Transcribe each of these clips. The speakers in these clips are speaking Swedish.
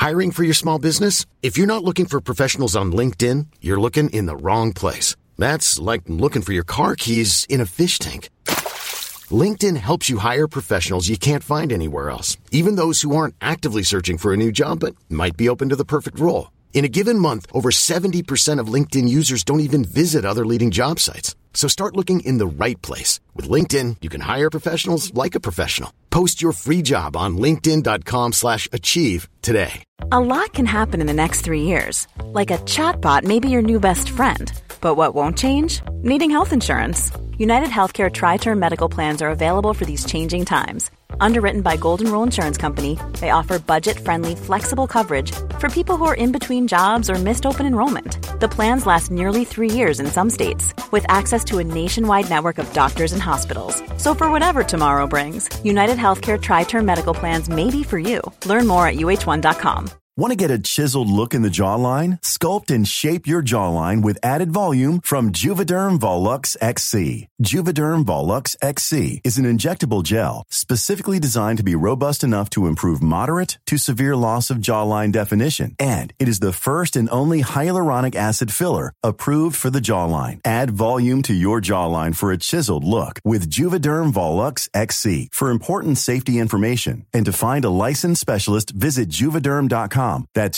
Hiring for your small business? If you're not looking for professionals on LinkedIn, you're looking in the wrong place. That's like looking for your car keys in a fish tank. LinkedIn helps you hire professionals you can't find anywhere else, even those who aren't actively searching for a new job but might be open to the perfect role. In a given month, over 70% of LinkedIn users don't even visit other leading job sites. So start looking in the right place. With LinkedIn, you can hire professionals like a professional. Post your free job on linkedin.com/achieve today. A lot can happen in the next 3 years. Like a chatbot may be your new best friend. But what won't change? Needing health insurance. United Healthcare Tri-Term Medical Plans are available for these changing times. Underwritten by Golden Rule Insurance Company, they offer budget-friendly, flexible coverage for people who are in between jobs or missed open enrollment. The plans last nearly 3 years in some states, with access to a nationwide network of doctors and hospitals. So for whatever tomorrow brings, United Healthcare Tri-Term Medical Plans may be for you. Learn more at uh1.com. Want to get a chiseled look in the jawline? Sculpt and shape your jawline with added volume from Juvederm Volux XC. Juvederm Volux XC is an injectable gel specifically designed to be robust enough to improve moderate to severe loss of jawline definition. And it is the first and only hyaluronic acid filler approved for the jawline. Add volume to your jawline for a chiseled look with Juvederm Volux XC. For important safety information and to find a licensed specialist, visit Juvederm.com. That's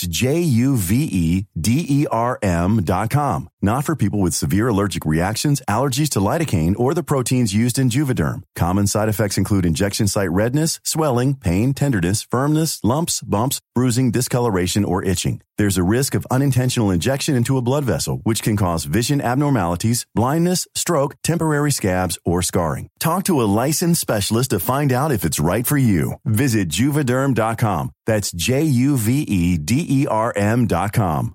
JUVEDERM.com. Not for people with severe allergic reactions, allergies to lidocaine, or the proteins used in Juvederm. Common side effects include injection site redness, swelling, pain, tenderness, firmness, lumps, bumps, bruising, discoloration, or itching. There's a risk of unintentional injection into a blood vessel, which can cause vision abnormalities, blindness, stroke, temporary scabs, or scarring. Talk to a licensed specialist to find out if it's right for you. Visit Juvederm.com. That's JUVEDERM.com.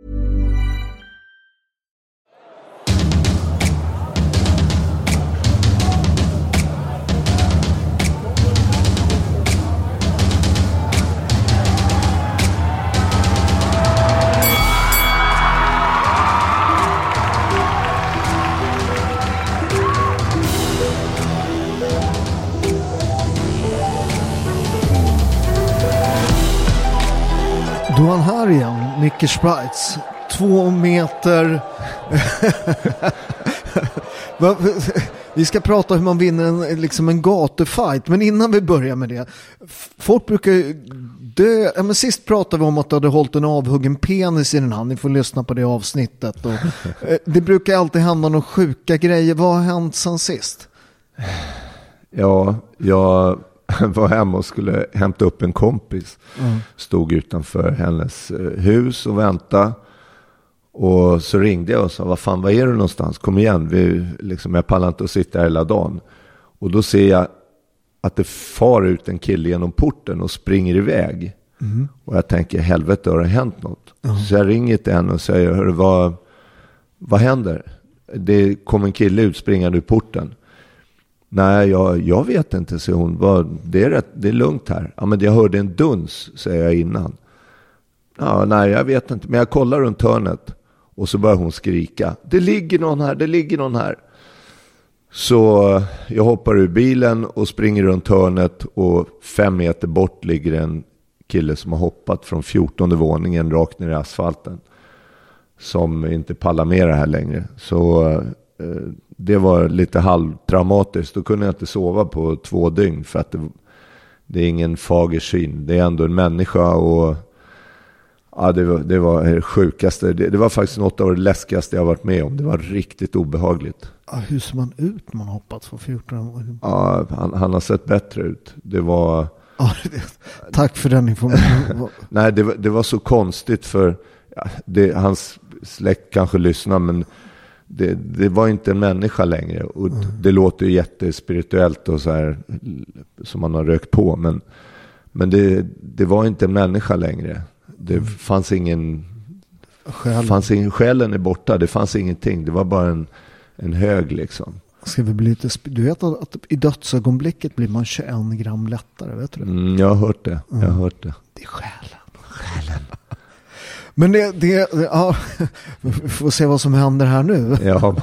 Då är han här igen, Nicky Sprites. 2 meter. Vi ska prata hur man vinner en gatufight. Men innan vi börjar med det. Folk brukar dö. Ja, men sist pratade vi om att du hade hållit en avhuggen penis i din hand. Ni får lyssna på det avsnittet. Och, det brukar alltid hända några sjuka grejer. Vad har hänt sen sist? Ja, jag var hemma och skulle hämta upp en kompis. Stod utanför hennes hus och väntade. Och så ringde jag och sa, vad är du någonstans? Kom igen, jag pallar inte att sitta här hela dagen. Och då ser jag att det far ut en kille genom porten och springer iväg. Och jag tänker, helvete, har det hänt något? Så jag ringer till henne och säger, hörru, vad händer? Det kom en kille ut springande ur porten. Nej, jag vet inte, säger hon. Det är lugnt här. Ja, men jag hörde en duns, säger jag innan. Ja, nej, jag vet inte. Men jag kollar runt hörnet. Och så börjar hon skrika. Det ligger någon här. Så jag hoppar ur bilen och springer runt hörnet. Och 5 meter bort ligger en kille som har hoppat från 14:e våningen rakt ner i asfalten. Som inte pallar med det här längre. Så det var lite halvtraumatiskt. Då kunde jag inte sova på 2 dygn. För att det är ingen fager syn. Det är ändå en människa. Och ja, det var det sjukaste. Det var faktiskt något av det läskigaste jag varit med om. Det var riktigt obehagligt. Ja, hur ser man ut när man hoppat för 14 år? Ja, han har sett bättre ut. Det var... Ja, tack för den informationen. Nej, det var så konstigt för... Ja, hans släkt kanske lyssnar, men det var inte en människa längre. Och det låter ju jättespirituellt och så här, som man har rökt på. Men det var inte en människa längre. Det fanns ingen... Själen är borta. Det fanns ingenting. Det var bara en hög liksom. Ska vi bli lite... Du vet att i dödsögonblicket blir man 21 gram lättare, vet du det? Jag har hört det. Det är själen. Men ja, vi får se vad som händer här nu. Ja,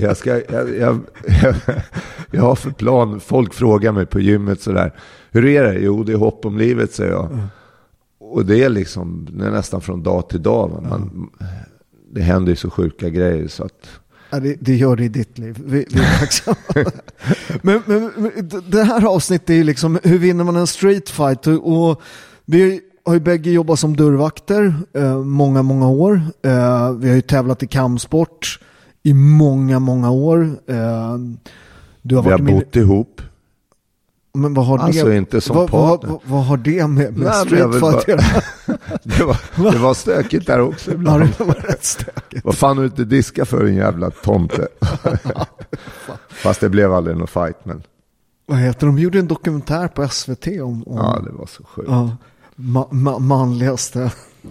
jag har för plan. Folk frågar mig på gymmet sådär. Hur är det? Jo, det är hopp om livet, säger jag. och det är liksom det är nästan från dag till dag. Det händer ju så sjuka grejer så att... Ja, det gör det i ditt liv. Vi är tacksamma. men det här avsnittet är ju liksom hur vinner man en street fight, och vi har ju bägge jobbat som dörrvakter många år. Vi har ju tävlat i kampsport i många år. Vi har bott ihop. Men vad har alltså det, inte som partner. Vad har det med street fight? Det var stökigt där också ibland. Ja, det var rätt stökigt. Vad fan du inte diska för en jävla tomte. Fast det blev aldrig någon fight, men... Vad heter de? Gjorde en dokumentär på SVT om ja, det var så sjukt. Manligaste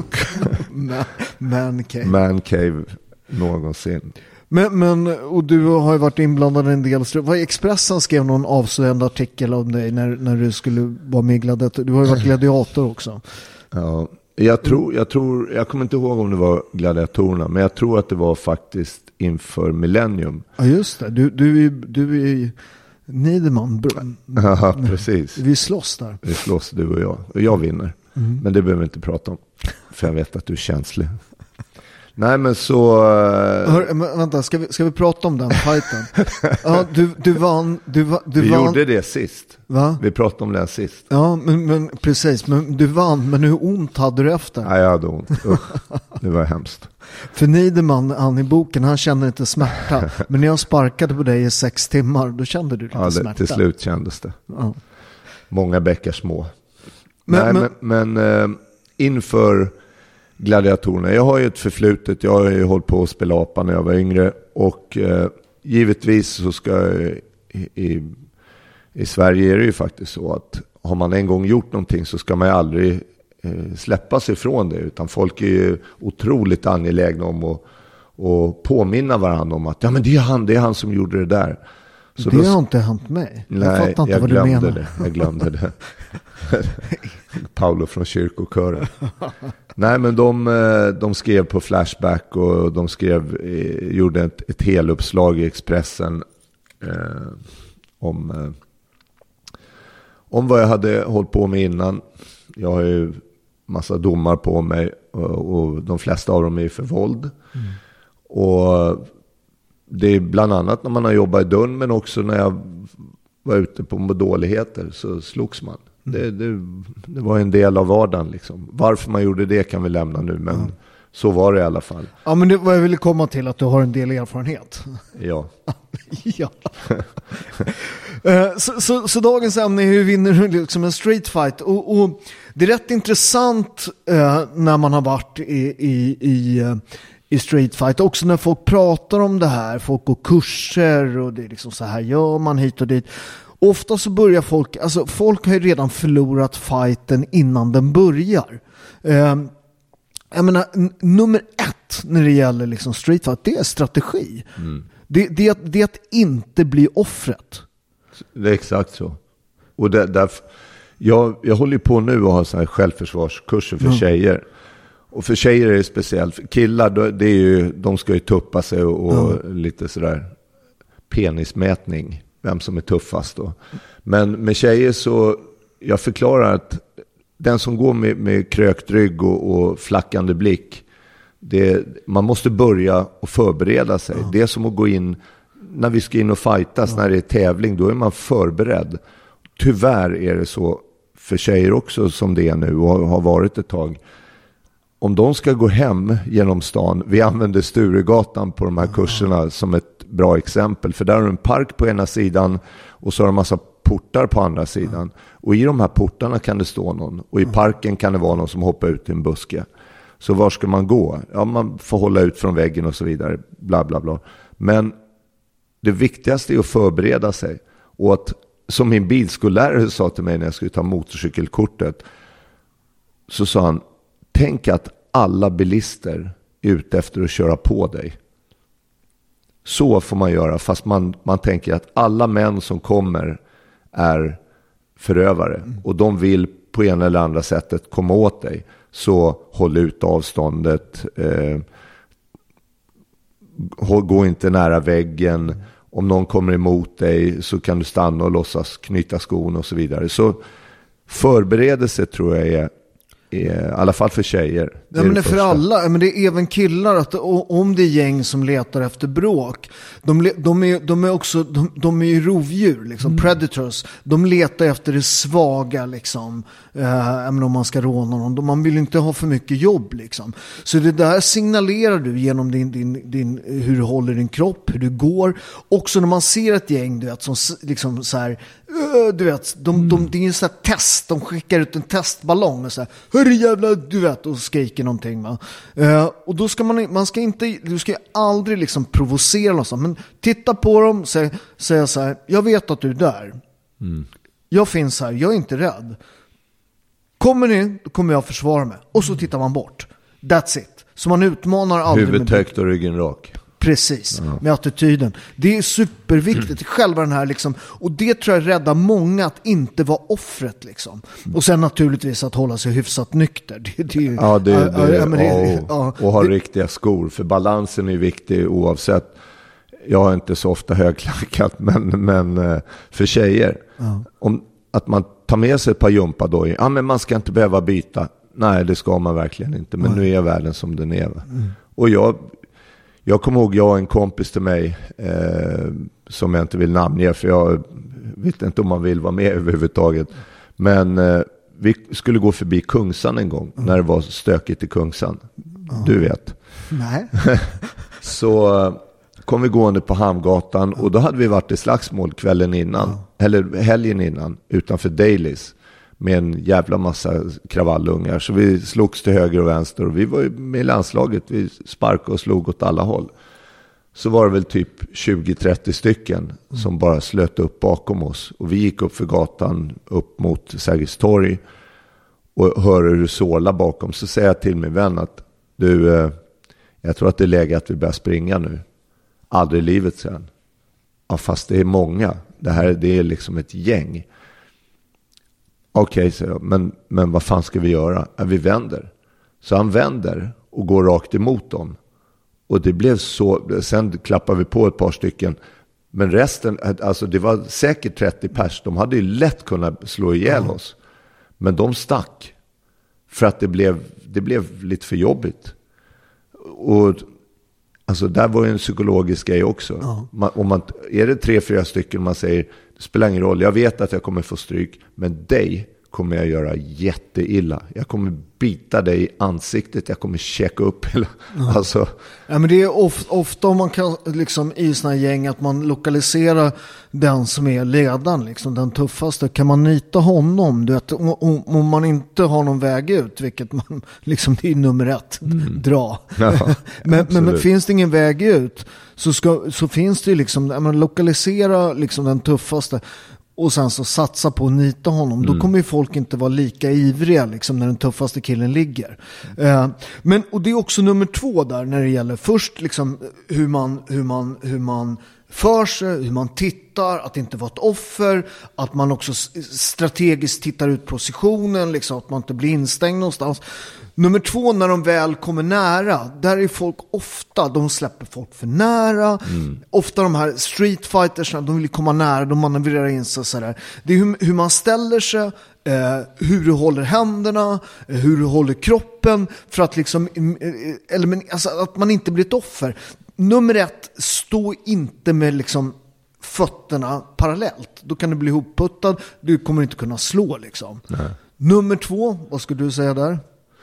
man cave någonsin. Men och du har ju varit inblandad i en del. Expressen skrev någon avslöjande artikel om dig när du skulle vara med i Gladiator. Du har ju varit gladiator också. Ja, jag kommer inte ihåg om det var gladiatorerna, men jag tror att det var faktiskt inför Millennium. Ja, just det. Du är ju Niederman. Ja, precis. Vi slåss där. Vi slåss, du och jag. Och jag vinner. Men det behöver vi inte prata om. För jag vet att du är känslig. Nej, men så... Vänta, ska vi prata om den fighten? Ja, du vann. Vi gjorde det sist. Va? Vi pratade om det sist. Ja, men precis. Men du vann, men hur ont hade du efter? Nej, jag hade ont. Det var hemskt. För Niederman, han i boken, han känner inte smärta. Men när jag sparkade på dig i 6 timmar, då kände du lite smärta. Till slut kändes det. Ja. Många bäckar små. Men inför gladiatorerna, jag har ju ett förflutet. Jag har ju hållit på att spela apa när jag var yngre. Och givetvis så ska i Sverige är det ju faktiskt så att har man en gång gjort någonting så ska man ju aldrig släppa sig från det, utan folk är ju otroligt angelägna om att påminna varandra om att ja, men det är han som gjorde det där. Så det har inte hänt mig. Nej, jag glömde det. Paolo från kyrkokören. Nej, men de skrev på Flashback och de gjorde ett heluppslag i Expressen om vad jag hade hållit på med innan. Jag har ju massa domar på mig och de flesta av dem är för våld. Och det är bland annat när man har jobbat i dörren, men också när jag var ute på dåligheter så slogs man. Det var en del av vardagen liksom. Varför man gjorde det kan vi lämna nu, men så var det i alla fall. Ja, men det var jag ville komma till, att du har en del erfarenhet. Ja. Ja. Så dagens ämne är hur vinner du liksom en street fight, och det är rätt intressant när man har varit i street fight, också när folk pratar om det här, folk går kurser och det är liksom så här gör man hit och dit. Ofta så börjar folk har ju redan förlorat fighten innan den börjar. Jag menar, nummer 1 när det gäller liksom street fight, det är strategi. Det är att inte bli offret. Det är exakt så. Och jag håller på nu och har så här självförsvarskurser för tjejer. Och för tjejer är det speciellt. Killar, det är ju, de ska ju tuppa sig och lite sådär penismätning. Vem som är tuffast då. Men med tjejer så, jag förklarar att den som går med krökt rygg och flackande blick, man måste börja och förbereda sig. Det är som att gå in, när vi ska in och fightas, när det är tävling, då är man förberedd. Tyvärr är det så för tjejer också som det är nu och har varit ett tag. Om de ska gå hem genom stan, vi använder Sturegatan på de här kurserna som ett bra exempel, för där är en park på ena sidan och så har de en massa portar på andra sidan, och i de här portarna kan det stå någon, och i parken kan det vara någon som hoppar ut i en buske. Så var ska man gå? Ja, man får hålla ut från väggen och så vidare, bla bla bla. Men det viktigaste är att förbereda sig, och att, som min bilskollärare sa till mig när jag skulle ta motorcykelkortet, så sa han: tänk att alla bilister är ute efter att köra på dig. Så får man göra, fast man tänker att alla män som kommer är förövare. Och de vill på ena eller andra sättet komma åt dig. Så håll ut avståndet. Gå inte nära väggen. Om någon kommer emot dig så kan du stanna och låtsas knyta skon och så vidare. Så förberedelse tror jag i alla fall för tjejer. Ja, men det är för alla, men det är även killar att om det är gäng som letar efter bråk, de är ju rovdjur liksom, predators. De letar efter det svaga liksom, om man ska råna någon. Man vill inte ha för mycket jobb liksom. Så det där signalerar du genom din hur du håller din kropp, hur du går. Också när man ser ett gäng, du vet, som liksom så här, du vet, det är ju så här test, de skickar ut en testballong och så här, hörru jävla, du vet, och skriker någonting, va? Och då ska du ska aldrig liksom provocera något sånt, men titta på dem, säga så här, jag vet att du är där. Jag finns här, jag är inte rädd. Kommer ni, då kommer jag försvara mig. Och så tittar man bort. That's it. Så man utmanar aldrig. Huvudet högt och ryggen rak. Precis, med attityden. Det är superviktigt, själva den här liksom, och det tror jag räddar många att inte vara offret liksom. Och sen naturligtvis att hålla sig hyfsat nykter. Och ha riktiga skor, för balansen är viktig oavsett. Jag har inte så ofta högklackat, men för tjejer, om att man tar med sig ett par gympadojor, men man ska inte behöva byta. Nej, det ska man verkligen inte, men nu är världen som den är. Och jag kommer ihåg, jag och en kompis till mig som jag inte vill namnge, för jag vet inte om man vill vara med överhuvudtaget. Men vi skulle gå förbi Kungsan en gång när det var stökigt i Kungsan. Du vet. Nej. Så kom vi gående på Hamngatan och då hade vi varit i slagsmål kvällen innan, eller helgen innan, utanför Dailies. Med en jävla massa kravallungar. Så vi slogs till höger och vänster. Och vi var ju med i landslaget. Vi sparkade och slog åt alla håll. Så var det väl typ 20-30 stycken som bara slöt upp bakom oss. Och vi gick upp för gatan upp mot Sergels torg. Och hör hur du sålar bakom. Så säger jag till min vän att du, jag tror att det är läge att vi börjar springa nu. Aldrig i livet sen. Ja, fast det är många. Det är liksom ett gäng. Okej, så jag, men vad fan ska vi göra? Ja, vi vänder. Så han vänder och går rakt emot dem. Och det blev så, sen klappar vi på ett par stycken. Men resten, alltså det var säkert 30 pers. De hade ju lätt kunnat slå ihjäl oss. Men de stack. För att det blev lite för jobbigt. Och alltså där var ju en psykologisk grej också. Är det 3-4 stycken man säger, det spelar ingen roll, jag vet att jag kommer få stryk, men dig kommer jag göra jätteilla. Jag kommer bita dig i ansiktet, jag kommer checka upp hela. Alltså. Ja, men det är ofta om man kan liksom i såna gäng att man lokaliserar den som är ledaren, liksom den tuffaste. Kan man nita honom, du vet, om man inte har någon väg ut, vilket man liksom, det är nummer 1, dra. Ja, men finns det ingen väg ut så finns det liksom, man lokalisera liksom den tuffaste. Och sen så satsa på att nita honom. Då kommer ju folk inte vara lika ivriga liksom, när den tuffaste killen ligger. Men, och det är också nummer 2 där när det gäller först liksom, hur man för sig, hur man tittar, att inte vara ett offer, att man också strategiskt tittar ut positionen, liksom, att man inte blir instängd någonstans. Nummer 2, när de väl kommer nära, där är folk ofta, de släpper folk för nära. Ofta de här streetfightersna, de vill komma nära, de manövrerar in sig sådär. Det är hur man ställer sig, hur du håller händerna, hur du håller kroppen, för att liksom, alltså, att man inte blir ett offer. Nummer 1, stå inte med liksom fötterna parallellt. Då kan du bli ihopputtad, du kommer inte kunna slå liksom. Nej. Nummer 2, vad skulle du säga där?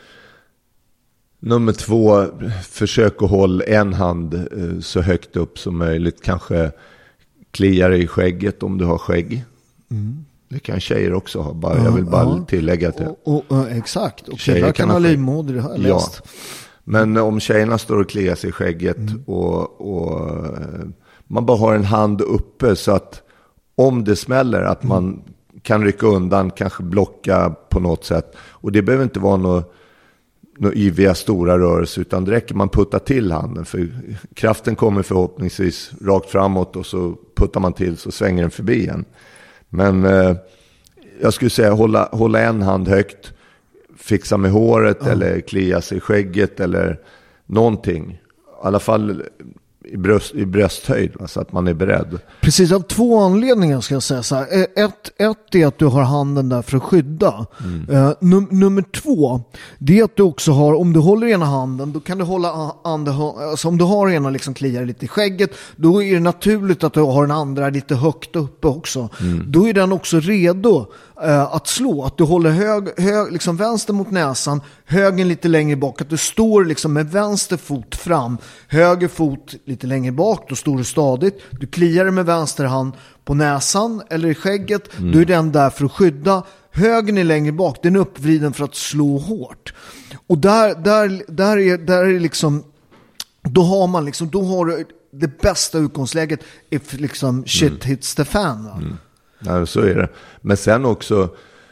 Nummer 2, försök att hålla en hand så högt upp som möjligt. Kanske klia dig i skägget om du har skägg. Det kan tjejer också ha. Jag vill bara tillägga det. Exakt. Och killar kan ha livmoder, har jag läst. Men om tjejerna står och kliar sig i skägget och man bara har en hand uppe så att om det smäller att man kan rycka undan, kanske blocka på något sätt. Och det behöver inte vara något yviga stora rörelser, utan det räcker man putta till handen, för kraften kommer förhoppningsvis rakt framåt och så puttar man till så svänger den förbi en. Men jag skulle säga hålla en hand högt, fixa med håret eller klia sig i skägget eller någonting. I alla fall i brösthöjd, så att man är beredd. Precis, av 2 anledningar ska jag säga så här. Ett är att du har handen där för att skydda. Nummer 2, det är att du också har, om du håller ena handen, då kan du hålla andra, alltså om du har ena liksom kliar lite i skägget, då är det naturligt att du har den andra lite högt uppe också. Då är den också redo att slå, att du håller liksom vänster mot näsan, högen lite längre bak, att du står liksom med vänster fot fram, höger fot lite längre bak, då står du stadigt, du kliar med vänster hand på näsan eller i skägget, då är den där för att skydda, högen är längre bak, den är uppvriden för att slå hårt. Och där är liksom, då har du det bästa utgångsläget if liksom shit hits the fan, va? Ja, så är det. Men sen också,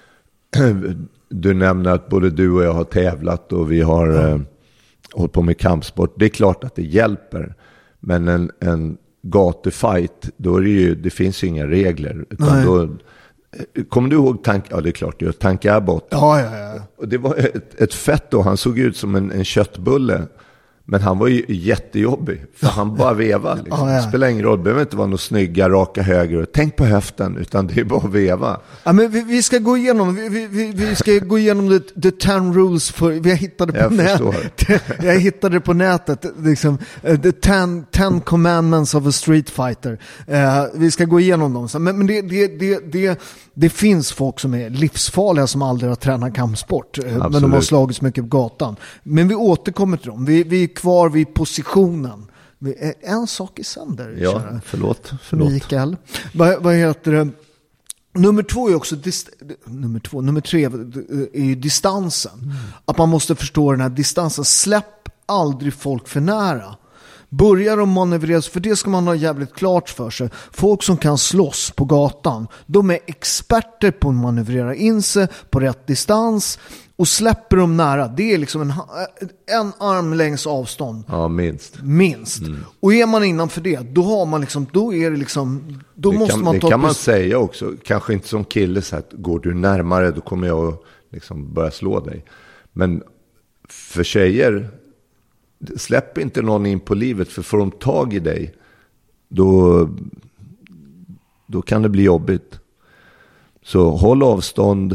du nämner att både du och jag har tävlat och vi har hållit på med kampsport. Det är klart att det hjälper. Men en gatufight, då är det finns ju inga regler. Utan då, kommer du ihåg ja, det är klart, Tank Abbott. Ja. Och det var ett fett då, han såg ut som en köttbulle. Men han var ju jättejobbig, för han bara veva. Liksom. Det spelar ingen roll, det behöver inte vara något snygga, raka höger. Tänk på höften, utan det är bara att veva. Ja, men vi ska gå igenom, vi ska gå igenom the 10 rules för, vi hittade på nätet. Jag hittade det på nätet, liksom, the 10 commandments of a street fighter. Vi ska gå igenom dem. Men det finns folk som är livsfarliga som aldrig har tränat kampsport. Men de har slagits mycket på gatan. Men vi återkommer till dem. Vi är kvar vid positionen. En sak i sänder. Ja, förlåt. Mikael. Vad heter det? Nummer 2 är också nummer 3 är ju distansen. Att man måste förstå den här distansen. Släpp aldrig folk för nära. Börjar de manövreras, för det ska man ha jävligt klart för sig. Folk som kan slåss på gatan, de är experter på att manövrera in sig på rätt distans, och släpper de nära, det är liksom en armlängds avstånd. Ja, minst. Och är man innanför det, då har man liksom, då är det liksom, då måste man ta. Det kan man säga också, kanske inte som kille så att går du närmare, då kommer jag att liksom börja slå dig. Men för tjejer, släpp inte någon in på livet, för får de tag i dig, då kan det bli jobbigt. Så håll avstånd,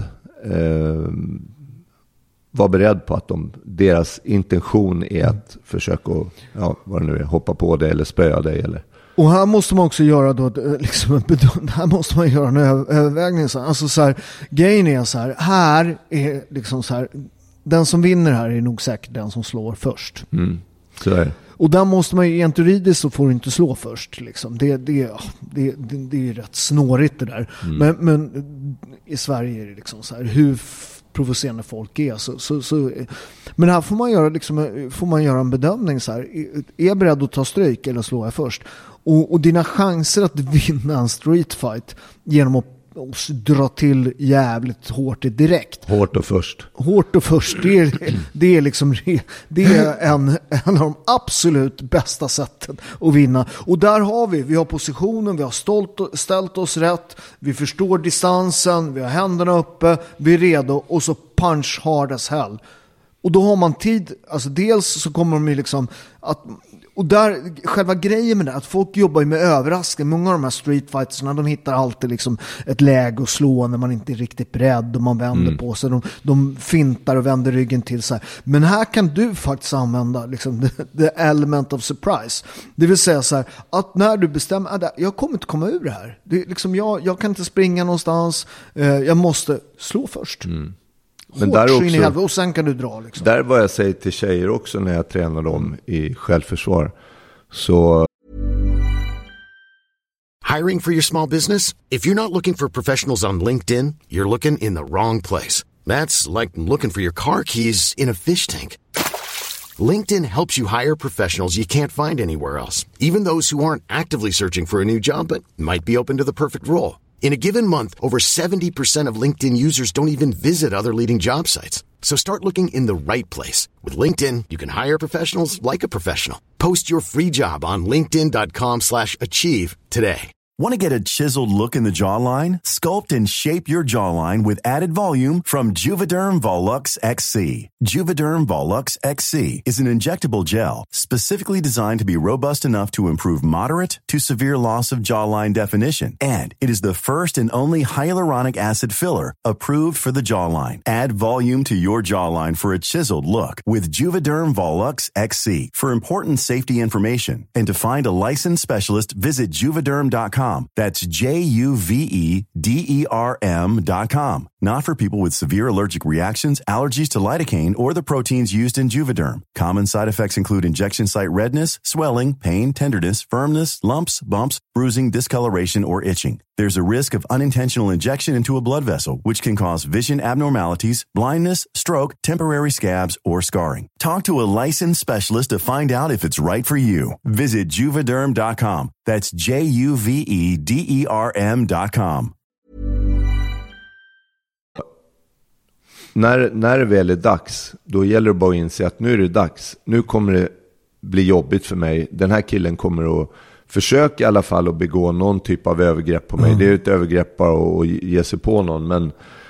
var beredd på att deras intention är att försöka, vad det nu är, hoppa på dig eller spöa dig eller. Och här måste man också göra då liksom här måste man göra en övervägning, alltså så här, grejen är så här är liksom så här, den som vinner här är nog säkert den som slår först. Så är det. Och där måste man ju, rent juridiskt så får du inte slå först liksom. Det är rätt snårigt det där. Men i Sverige är det liksom så här, hur provocerande folk är så men här får man göra en bedömning så här, är jag beredd att ta stryk eller slår jag först? Och dina chanser att vinna en streetfight genom att dra till jävligt hårt direkt. Hårt och först. Det är liksom, det är en av de absolut bästa sätten att vinna. Och där har vi har positionen, vi har ställt oss rätt, vi förstår distansen, vi har händerna uppe, vi är redo, och så punch hard as hell. Och då har man tid, alltså dels så kommer de ju liksom att, och där, själva grejen med det, att folk jobbar ju med överraskning. Många av de här streetfightersna, de hittar alltid liksom ett läge att slå när man inte är riktigt beredd och man vänder på sig. De fintar och vänder ryggen till sig. Men här kan du faktiskt använda liksom the element of surprise. Det vill säga så här, att när du bestämmer att jag kommer inte komma ur det här. Det är liksom, jag kan inte springa någonstans. Jag måste slå först. Men där också, och sen kan du dra liksom. Där var jag säger till tjejer också när jag tränar dem i självförsvar. Så Hiring for your small business? If you're not looking for professionals on LinkedIn, you're looking in the wrong place. That's like looking for your car keys in a fish tank. LinkedIn helps you hire professionals you can't find anywhere else, even those who aren't actively searching for a new job but might be open to the perfect role. In a given month, over 70% of LinkedIn users don't even visit other leading job sites. So start looking in the right place. With LinkedIn, you can hire professionals like a professional. Post your free job on linkedin.com/achieve today. Want to get a chiseled look in the jawline? Sculpt and shape your jawline with added volume from Juvederm Volux XC. Juvederm Volux XC is an injectable gel specifically designed to be robust enough to improve moderate to severe loss of jawline definition. And it is the first and only hyaluronic acid filler approved for the jawline. Add volume to your jawline for a chiseled look with Juvederm Volux XC. For important safety information and to find a licensed specialist, visit Juvederm.com. That's JUVEDERM.com. Not for people with severe allergic reactions, allergies to lidocaine, or the proteins used in Juvederm. Common side effects include injection site redness, swelling, pain, tenderness, firmness, lumps, bumps, bruising, discoloration, or itching. There's a risk of unintentional injection into a blood vessel, which can cause vision abnormalities, blindness, stroke, temporary scabs, or scarring. Talk to a licensed specialist to find out if it's right for you. Visit Juvederm.com. That's JUVEDERM.com. När det väl är dags, då gäller det bara att inse att nu är det dags. Nu kommer det bli jobbigt för mig. Den här killen kommer att försöka i alla fall att begå någon typ av övergrepp på mig. Det är ju ett övergrepp bara att ge sig på någon, men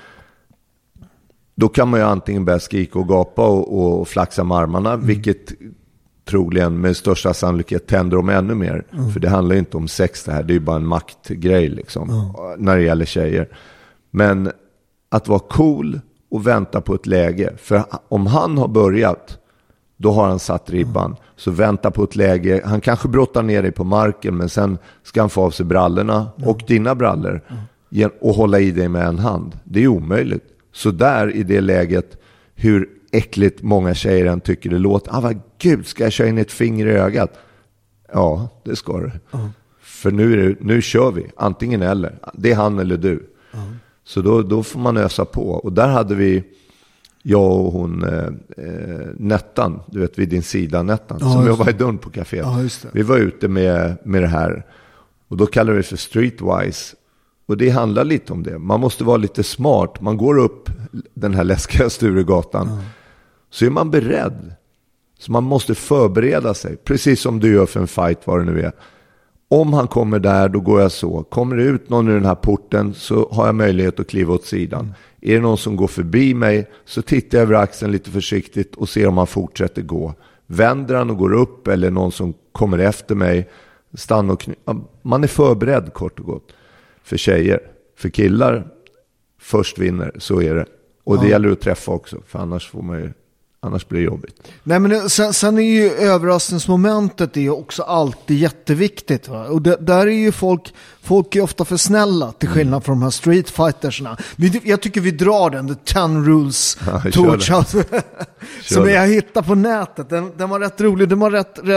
då kan man ju antingen börja skrika och gapa och flaxa med armarna, vilket troligen med största sannolikhet tänder dem ännu mer. För det handlar ju inte om sex det här, det är ju bara en maktgrej liksom, när det gäller tjejer. Men att vara cool och vänta på ett läge, för om han har börjat, då har han satt ribban. Så vänta på ett läge, han kanske brottar ner dig på marken, men sen ska han få av sig brallorna och dina brallor och hålla i dig med en hand. Det är omöjligt. Så där i det läget, hur äckligt många tjejer än tycker det låter, vad gud, ska jag köra in ett finger i ögat? Ja, det ska du. För nu kör vi, antingen eller. Det är han eller du. Så då får man ösa på. Och där hade vi, jag och hon Nettan, du vet, vid din sida Nettan, som jag var i dörren på kaféet. Vi var ute med det här, och då kallar vi det för Streetwise. Och det handlar lite om det. Man måste vara lite smart. Man går upp den här läskiga Sturegatan, så är man beredd. Så man måste förbereda sig, precis som du gör för en fight, vad det nu är. Om han kommer där, då går jag så. Kommer det ut någon i den här porten, så har jag möjlighet att kliva åt sidan. Är det någon som går förbi mig, så tittar jag över axeln lite försiktigt och ser om han fortsätter gå. Vänder han och går upp, eller någon som kommer efter mig, stanna och man är förberedd, kort och gott. För tjejer, för killar, först vinner, så är det. Och det gäller att träffa också, för annars blir det jobbigt. Nej, men sen är ju överraskningsmomentet är ju också alltid jätteviktigt, va? Och där är ju folk är ofta för snälla, till skillnad från de här streetfightersna. Jag tycker vi drar den, The 10 Rules Torch som jag hittade på nätet. Den var rätt rolig, den var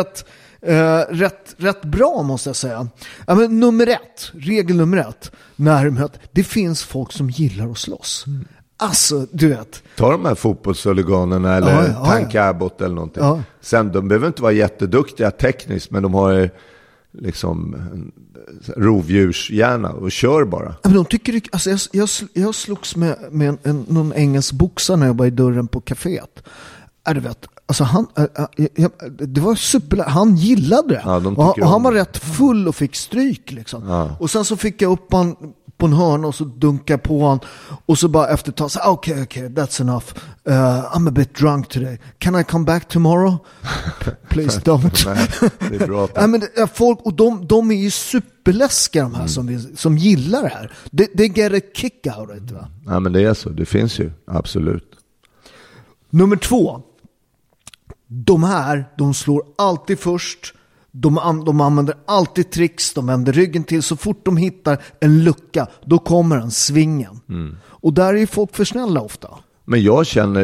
rätt bra, måste jag säga. Ja, men regel nummer 1, närmhet. Det finns folk som gillar att slåss. Alltså, du vet. Ta de här fotbollshuliganerna eller Tank Abbott eller någonting. Sen, de behöver inte vara jätteduktiga tekniskt, men de har liksom rovdjurshjärna och kör bara. Men de tycker, alltså jag slogs med någon engelsk boxare när jag var i dörren på kaféet. Du vet, alltså det var han gillade det. Och han var rätt full och fick stryk liksom. Och sen så fick jag upp han på en hörn och så dunkade på han, och så bara efter ett tag så okay, that's enough. I'm a bit drunk today. Can I come back tomorrow? Please don't. Nej, det är bra. Men folk, och de är ju superläskiga, de här som gillar det här. They get a kick out of it, va? Ja, men det är så. Det finns ju, absolut. Nummer 2. De slår alltid först. De använder alltid tricks. De vänder ryggen till. Så fort de hittar en lucka, då kommer den svingen. Och där är folk för snälla ofta. Men jag känner,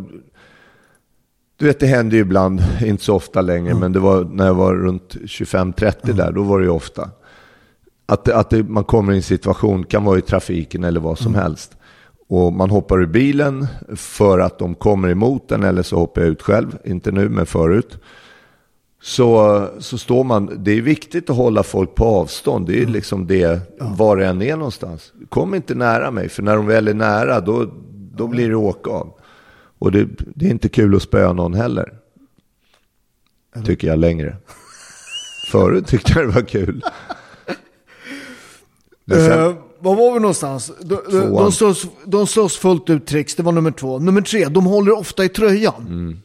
du vet, det händer ju ibland, inte så ofta längre, men det var när jag var runt 25-30 där, då var det ju ofta att man kommer i en situation, kan vara i trafiken eller vad som helst, och man hoppar ur bilen för att de kommer emot den, eller så hoppar jag ut själv, inte nu men förut. Så står man, det är viktigt att hålla folk på avstånd. Det är liksom det, var det än är någonstans. Kom inte nära mig, för när de väl är nära, då blir det åka av. Och det är inte kul att spöa någon heller, tycker jag längre. Förut tyckte jag det var kul. Vad var vi någonstans? De slåss fullt ut tricks. Det var nummer 2. Nummer 3, de håller ofta i tröjan.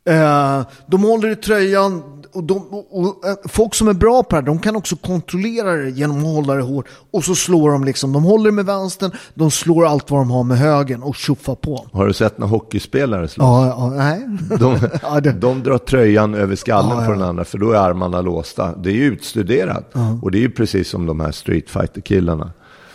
De håller i tröjan. Och folk som är bra på det här, de kan också kontrollera det genom att hålla det hårt. Och så slår de liksom. De håller med vänstern. De slår allt vad de har med högen och tjuffar på. Har du sett när hockeyspelare slåss? Ja, nej. De drar tröjan över skallen på den andra, för då är armarna låsta. Det är ju utstuderat. Och det är ju precis som de här Street Fighter-killarna.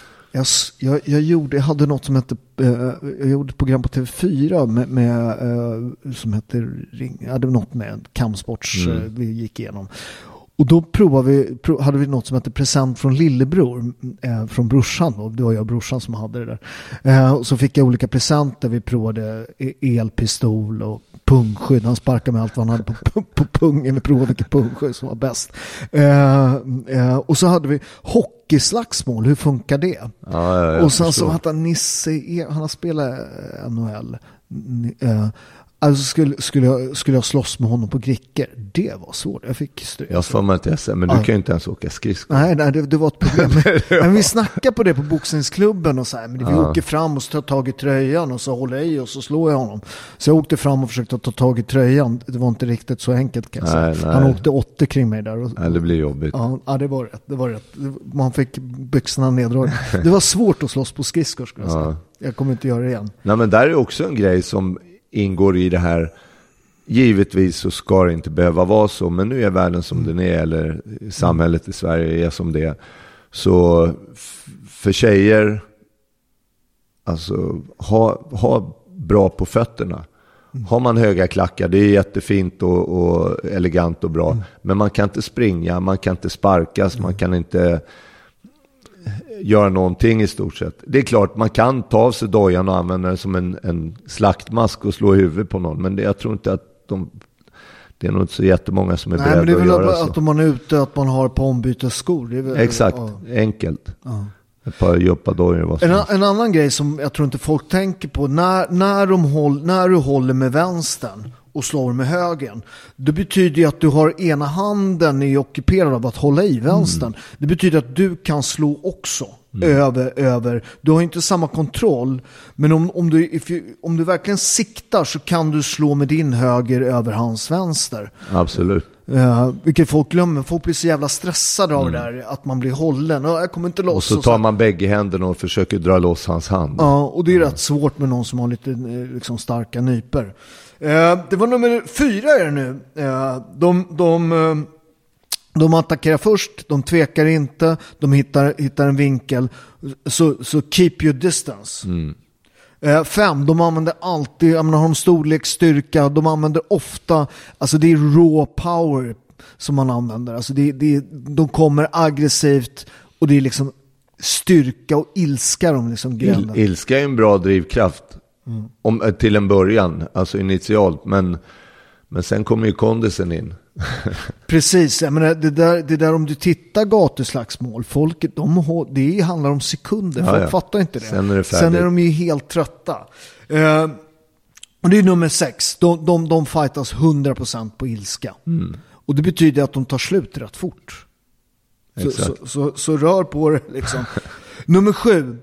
Jag hade något som hette, jag gjorde ett program på TV4 med som hette Ring, hade något med kampsports vi gick igenom. Och då hade vi något som hette present från lillebror, från brorsan, och det var jag och brorsan som hade det där. Och så fick jag olika presenter. Vi provade elpistol och pungskydd. Han sparkade med allt vad han hade på pungen. Vi provade vilket pungskydd som var bäst. Och så hade vi hockeyslagsmål. Hur funkar det? Och sen så hade Nisse, han har spelat NHL. Alltså skulle jag slåss med honom på gricker. Det var svårt. Jag fick stryk. Jag får man inte säga, men du kan ju inte ens åka skridskor. Nej, det var ett problem. Men vi snackade på det på boxningsklubben och så här, men vi åker fram och tar tag i tröjan och så håller jag i och så slår jag honom. Så jag åkte fram och försökte ta tag i tröjan. Det var inte riktigt så enkelt, kan jag säga. Han åkte 80 kring mig där. Nej, det blir jobbigt. Ja, det var rätt. Man fick byxorna neddragna. Det var svårt att slåss på skridskor, skulle jag säga. Jag kommer inte göra det igen. Nej, men där är också en grej som ingår i det här. Givetvis så ska det inte behöva vara så, men nu är världen som den är, eller samhället i Sverige är som det är. Så för tjejer, alltså ha bra på fötterna. Har man höga klackar, det är jättefint och elegant och bra, men man kan inte springa, man kan inte sparkas, man kan inte göra någonting i stort sett. Det är klart, man kan ta av sig dojan och använda den som en slaktmask och slå i huvudet på någon, men jag tror inte att det är nog inte så jättemånga som är beredda att göra så. Nej, men det är väl att man är ute, att man har ett par ombytesskor. Det är väl, exakt, enkelt. Ett par djupadojor. En annan grej som jag tror inte folk tänker på, när du håller med vänstern och slår med högen, det betyder ju att du har ena handen är ockuperad av att hålla i vänstern. Det betyder att du kan slå också över. Du har inte samma kontroll, men om du verkligen siktar så kan du slå med din höger över hans vänster. Absolut. Vilket folk glömmer. Folk blir så jävla stressade av det där, att man blir hållen. Jag kommer inte loss. Och så tar man bägge händerna och försöker dra loss hans hand. Ja, och det är rätt svårt med någon som har lite liksom starka nyper. Det var nummer 4 är det nu. De attackerar först, de tvekar inte, de hittar en vinkel, så keep your distance. 5, de använder alltid, har de storlek, styrka, de använder ofta, alltså det är raw power som man använder, alltså de kommer aggressivt och det är liksom styrka och ilska de liksom gräller. Ilska är en bra drivkraft till en början, alltså initialt, men sen kommer ju kondisen in. Precis, jag menar, det där om du tittar gatuslagsmål, folket, det handlar om sekunder, folk fattar inte det. Sen är de ju helt trötta. Och det är nummer 6, de fightas 100% på ilska. Och det betyder att de tar slut rätt fort. Så rör på det liksom. Nummer 7,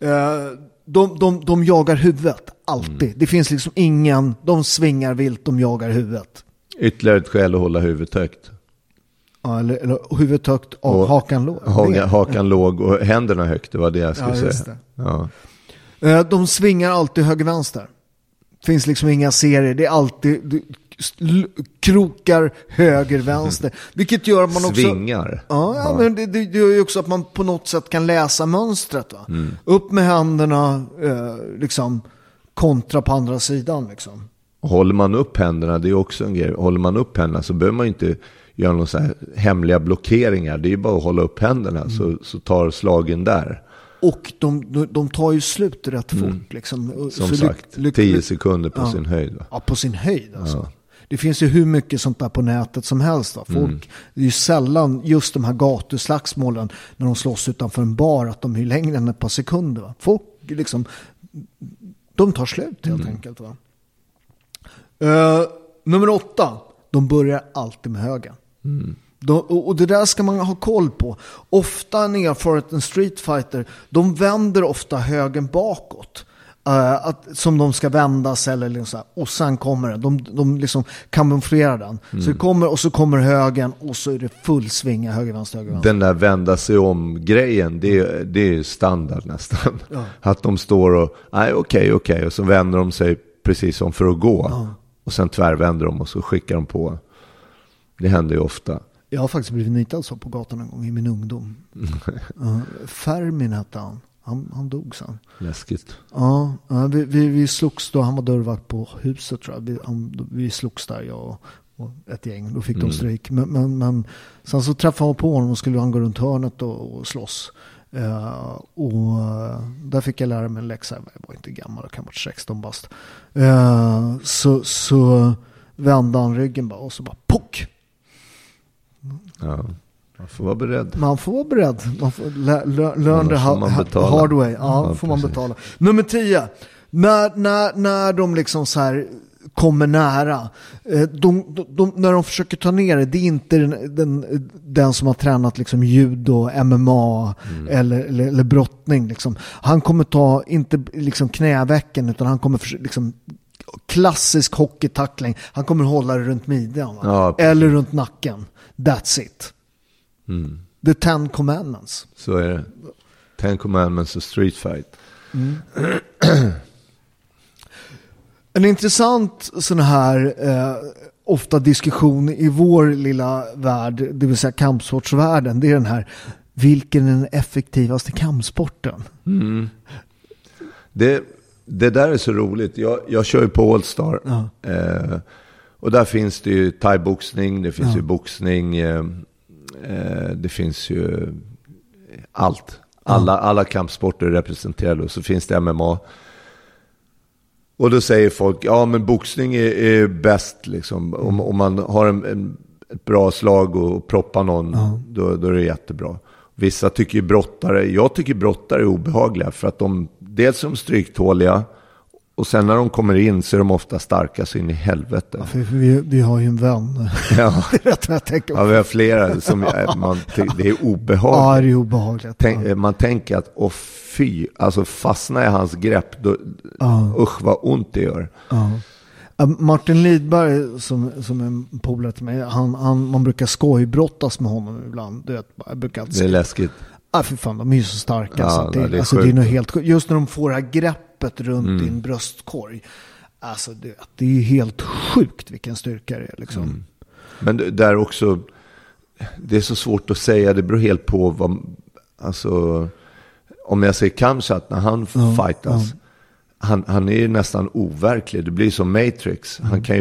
de jagar huvudet alltid. Det finns liksom de svingar vilt, de jagar huvudet. Ytterligare ett skäl att hålla huvudet högt. Ja, eller huvudet högt och hakan låg. Hakan låg och händerna högt, det var det jag skulle säga. Ja. De svingar alltid höger-vänster. Det finns liksom inga serier. Det är alltid krokar höger-vänster. Vilket gör att man också... Svingar. Ja. Men det gör ju också att man på något sätt kan läsa mönstret. Va? Upp med händerna, liksom kontra på andra sidan liksom. Håller man upp händerna, det är också en grej. Håller man upp händerna så behöver man inte göra några så här hemliga blockeringar. Det är bara att hålla upp händerna så tar slagen där. Och de tar ju slut rätt fort. Liksom. Som så sagt, 10 sekunder på sin höjd. Va? Ja, på sin höjd alltså. Ja. Det finns ju hur mycket sånt där på nätet som helst. Va? Folk, det är ju sällan just de här gatuslagsmålen när de slåss utanför en bar att de är längre än ett par sekunder. Va? Folk liksom, de tar slut helt enkelt. Va? Nummer 8, de börjar alltid med höger. Och det där ska man ha koll på. Ofta en erfaren streetfighter, de vänder ofta högen bakåt. Som de ska vändas eller liksom så här. Och sen kommer den. De liksom kamouflerar den. Så det kommer, och så kommer högen och så är det full svinga höger, vänster. Den där vända sig om grejen, det är standard nästan. Ja. Att de står och okej. Och så vänder de sig precis som för att gå. Ja. Och sen tvärvänder de och så skickar de på. Det händer ju ofta. Jag har faktiskt blivit nitad så på gatan en gång i min ungdom. Fermin hette han. Han dog sen. Läskigt. Ja, vi slogs då. Han var dörrvakt på huset, tror jag. Vi slogs där, jag och ett gäng. Då fick de stryk. Men sen så träffade jag på honom och skulle han gå runt hörnet och slåss. Och där fick jag lära mig en läxa. Jag var inte gammal, jag kan vara 16 bast. Så vände han ryggen bara och så bara pock! Ja. Man får vara beredd. Man får learn the hard way. Ja, får man betala. Nummer 10. När de liksom så här kommer nära. När de försöker ta ner det är inte den som har tränat liksom judo, MMA eller brottning. Liksom. Han kommer ta inte liksom knävecken, utan han kommer liksom klassisk hockeytackling. Han kommer hålla det runt midjan. Ja, eller runt nacken. That's it. The 10 commandments. Så är det. 10 commandments och street fight. En intressant sån här ofta diskussion i vår lilla värld, det vill säga kampsportsvärlden, det är den här: vilken är den effektivaste kampsporten? Det där är så roligt. Jag kör ju på All-Star. Och där finns det ju thai-boxning, det finns ju boxning, det finns ju allt. Alla kampsporter är representerade, och så finns det MMA. Och då säger folk, men boxning är bäst liksom. Om man har ett bra slag och proppar någon, då är det jättebra. Vissa tycker jag tycker brottare är obehagliga, för att dels är de stryktåliga, och sen när de kommer in så är de ofta starka så in i helvete. Ja, för vi har ju en vän. Ja. Det är rätt vad jag tänker. Ja, vi har flera som det är obehagligt. Ja, det är obehagligt. Man tänker att fy, alltså fastna i hans grepp, då, usch vad ont det gör. Martin Lidberg som är en polare till mig, man brukar skojbrottas med honom ibland. Det är läskigt. För fan, de är ju så starka. Ja, det är nog helt, just när de får det här greppet runt din bröstkorg. Alltså det är ju helt sjukt vilken styrka det är liksom. Men där också, det är så svårt att säga, det beror helt på vad, alltså, om jag säger Kamsat när han fightas, han är ju nästan overklig. Det blir som Matrix.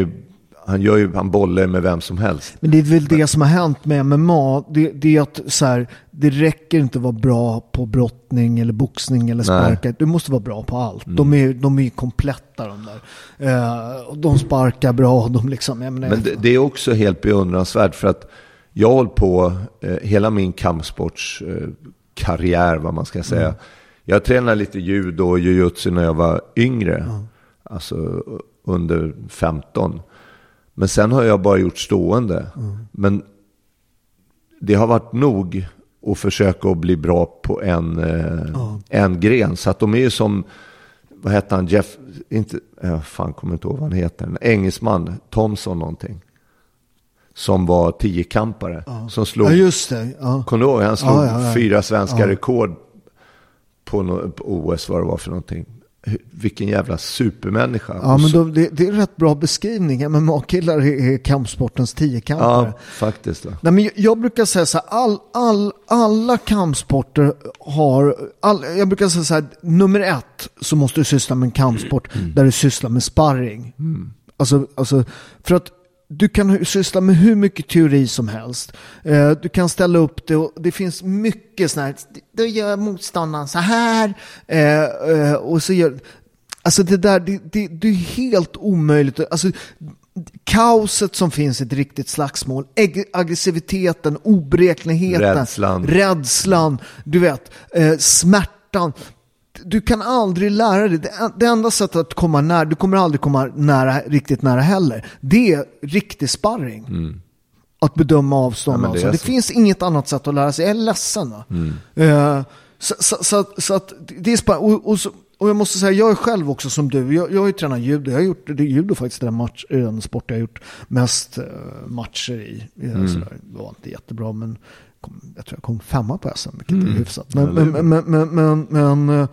Han bollar med vem som helst. Men det är väl det som har hänt med MMA. Det är att så här, det räcker inte att vara bra på brottning eller boxning eller sparka. Du måste vara bra på allt. De är kompletta, de där. De sparkar bra. De liksom, men det är också helt beundransvärt, för att jag har hållit på hela min kampsportskarriär, vad man ska säga. Jag tränade lite judo och jujutsu när jag var yngre. Alltså under 15. Men sen har jag bara gjort stående. Men det har varit nog att försöka att bli bra på en gren. Så att de är ju som, vad heter han, Jeff, kommer inte ihåg vad han heter. En engelsman, Thompson någonting. Som var 10-kampare. Som slog, just det. Kommer du ihåg? Han slog 4 svenska rekord på OS, vad det var för någonting. Vilken jävla supermänniska. Ja, men det är en rätt bra beskrivning. Men MMA-killar är kampsportens 10-kampare. Ja, faktiskt. Nej, men jag brukar säga så här, alla kampsporter har... jag brukar säga så här, nummer 1 så måste du syssla med en kampsport där du sysslar med sparring. Alltså, för att du kan syssla med hur mycket teori som helst. Du kan ställa upp det, och det finns mycket sån här, då gör motståndaren så här och så gör, alltså det där, det är helt omöjligt. Alltså kaoset som finns i ett riktigt slagsmål, aggressiviteten, oberäkneligheten, rädslan, du vet, smärtan. Du kan aldrig lära dig. Det enda sättet att komma nära, du kommer aldrig komma riktigt nära heller. Det är riktig sparring. att bedöma avstånd. Ja, det finns inget annat sätt att lära sig. Jag är ledsen. Så att det är spännande. Och jag måste säga, jag är själv också som du. Jag har ju tränat judo. Jag har gjort judo faktiskt, den sport jag har gjort mest matcher i. Sådär. Det var inte jättebra, men jag tror jag kom 5 på SM, vilket är hyfsat. Men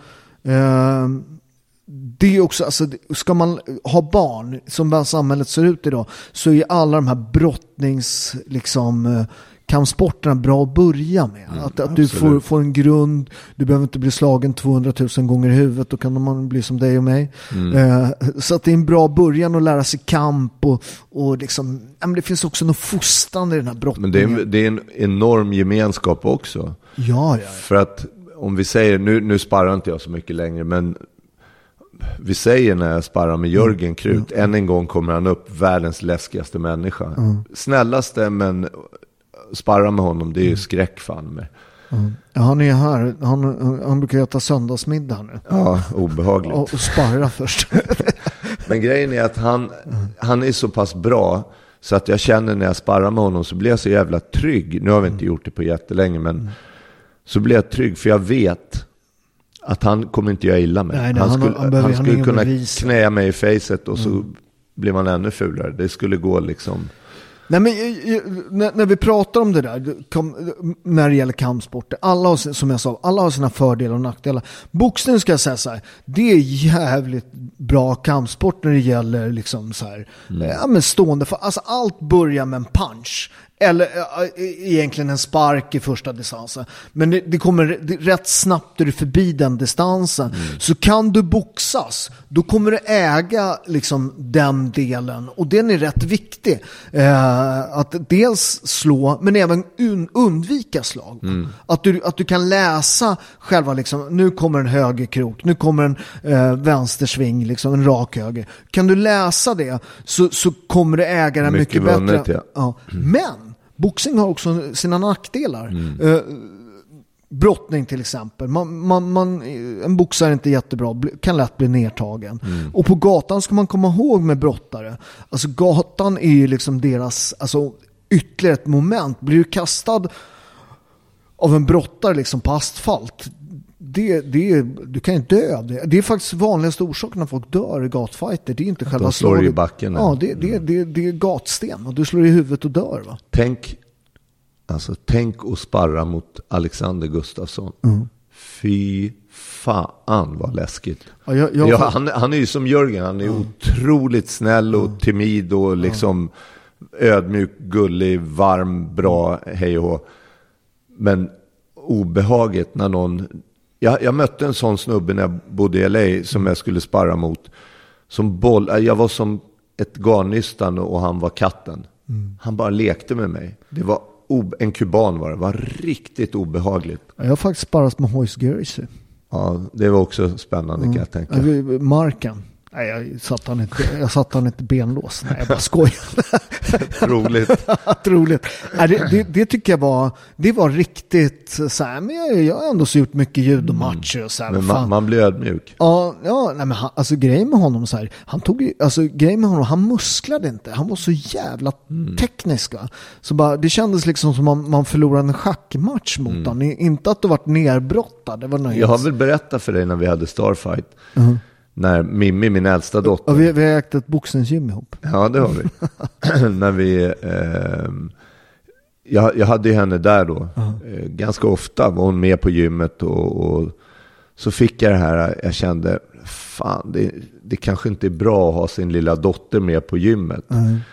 det är också, alltså, ska man ha barn som samhället ser ut idag, så är alla de här brottnings liksom kampsporterna bra att börja med. Att du får en grund, du behöver inte bli slagen 200 000 gånger i huvudet, då kan man bli som dig och mig. Så att det är en bra början att lära sig kamp och liksom, men det finns också något fostrande i den här brottningen. Men det är en enorm gemenskap också. Ja. För att om vi säger, nu sparrar inte jag så mycket längre, men vi säger när jag sparrar med Jörgen Krut, än en gång kommer han upp, världens läskigaste människa. Snällaste, men sparra med honom, det är ju skräck fan med. Ja, han är här. Han brukar äta söndagsmiddag nu. Ja, obehagligt. Och sparra först. Men grejen är att han är så pass bra så att jag känner när jag sparrar med honom så blir jag så jävla trygg. Nu har vi inte gjort det på jättelänge, men så blir jag trygg för jag vet att han kommer inte göra illa mig. Nej, han skulle kunna knäa mig i facet och så blir man ännu fulare. Det skulle gå liksom. Nej, men när vi pratar om det där, när det gäller kampsporter, alla, som jag sa, alla har sina fördelar och nackdelar. Boxning, ska jag säga så här, det är jävligt bra kampsport när det gäller liksom så här, men stående, för alltså allt börjar med en punch. Eller egentligen en spark i första distansen. Men det kommer rätt snabbt, är du förbi den distansen. Så kan du boxas, då kommer du äga liksom den delen. Och den är rätt viktig. Att dels slå, men även undvika slag. Att du kan läsa själva liksom, nu kommer en högerkrok, nu kommer en vänstersving, liksom en rak höger. Kan du läsa det så kommer du äga den mycket vunnet, bättre. Ja. Men boxning har också sina nackdelar. Brottning till exempel. En boxare är inte jättebra, kan lätt bli nedtagen. Och på gatan ska man komma ihåg med brottare. Alltså gatan är ju liksom deras, alltså ytterligare ett moment. Blir du kastad av en brottare liksom på asfalt, du kan ju dö. Det är faktiskt vanligaste orsaken när folk dör i gatfighter. Det är inte själva slaget. I backen. Ja, det är gatsten och du slår i huvudet och dör, va? Tänk och sparra mot Alexander Gustafsson. Fy fan vad läskigt. Han är ju som Jörgen, han är otroligt snäll och timid och liksom ödmjuk, gullig, varm, bra, hej och hå. Men obehaget när någon... Jag mötte en sån snubbe när jag bodde i LA som jag skulle sparra mot. Jag var som ett garnnystan och han var katten. Han bara lekte med mig. Det var en kuban var det. Det var riktigt obehagligt. Jag har faktiskt sparrat med Hoist Gersi. Ja, det var också spännande kan jag tänka. Marken. Nej, jag satt han inte benlås. Nej, jag bara skojar. Troligt. Det tycker jag det var riktigt så här, men jag har ändå så gjort mycket judomatcher och så här. Men man blir ödmjuk. Ja, nej, men alltså grejen med honom så här, han musklade inte. Han var så jävla teknisk, va? Så bara, det kändes liksom som man förlorade en schackmatch mot honom. Inte att du varit nerbrottad. Det var nöjt. Jag har väl berättat för dig när vi hade Starfight. När Mimmi, min äldsta dotter... Vi har ägt ett boxningsgym ihop. Ja, det har vi. När vi... jag hade ju henne där då. Ganska ofta var hon med på gymmet. Och så fick jag det här... Jag kände, fan, det kanske inte är bra att ha sin lilla dotter med på gymmet.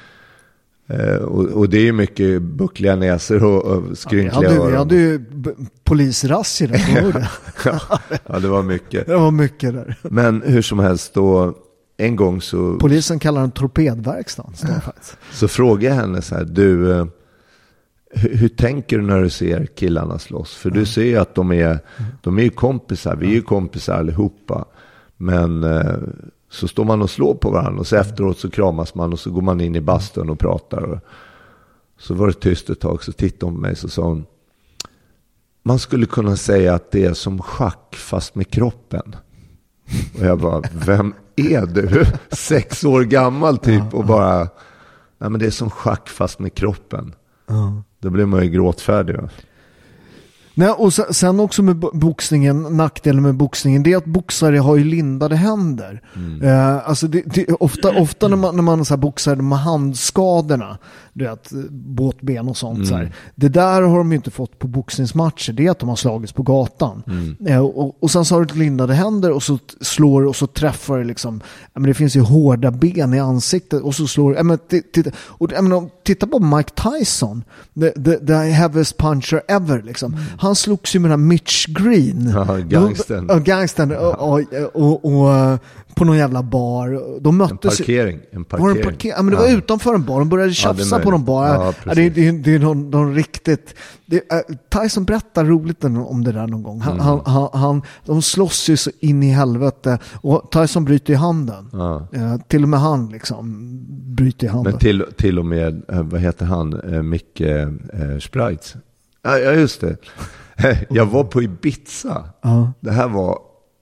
Och det är ju mycket buckliga näsor och skrynkliga öron. Jag hade ju polisrassier där. Ja, det var mycket. Det var mycket där. Men hur som helst då, en gång så... Polisen kallar den torpedverkstan. Så frågade jag henne så här, du, hur tänker du när du ser killarna slåss? För du ser ju att de är ju kompisar, vi är ju kompisar allihopa. Men... så står man och slår på varandra och så efteråt så kramas man och så går man in i bastun och pratar. Och så var det tyst ett tag, så tittade hon på mig så sa hon, man skulle kunna säga att det är som schack fast med kroppen. Och jag bara, vem är du? 6 år gammal typ och bara, nej men det är som schack fast med kroppen. Då blir man ju gråtfärdig. Va? Nej, och sen också med boxningen, nackdelen med boxningen, det är att boxare har ju lindade händer. Alltså ofta när man så här boxar de här handskadorna, du vet, båtben och sånt så här, det där har de ju inte fått på boxningsmatcher, det är att de har slagits på gatan. Och sen så har du lindade händer och så slår och så träffar det liksom, men det finns ju hårda ben i ansiktet och så slår titta på Mike Tyson, the heaviest puncher ever liksom. Han slogs ju med den här Mitch Green. Gangstern. Och på någon jävla bar. De möttes. En parkering. Men det var utanför en bar. De började tjafsa på någon bar. Det är någon riktigt... Tyson berättar roligt om det där någon gång. De slåss ju så in i helvete. Och Tyson bryter i handen. Till och med han liksom bryter i handen. Men till och med, vad heter han? Micke Spreitz. Ja, just det. Jag var på Ibiza. Det här var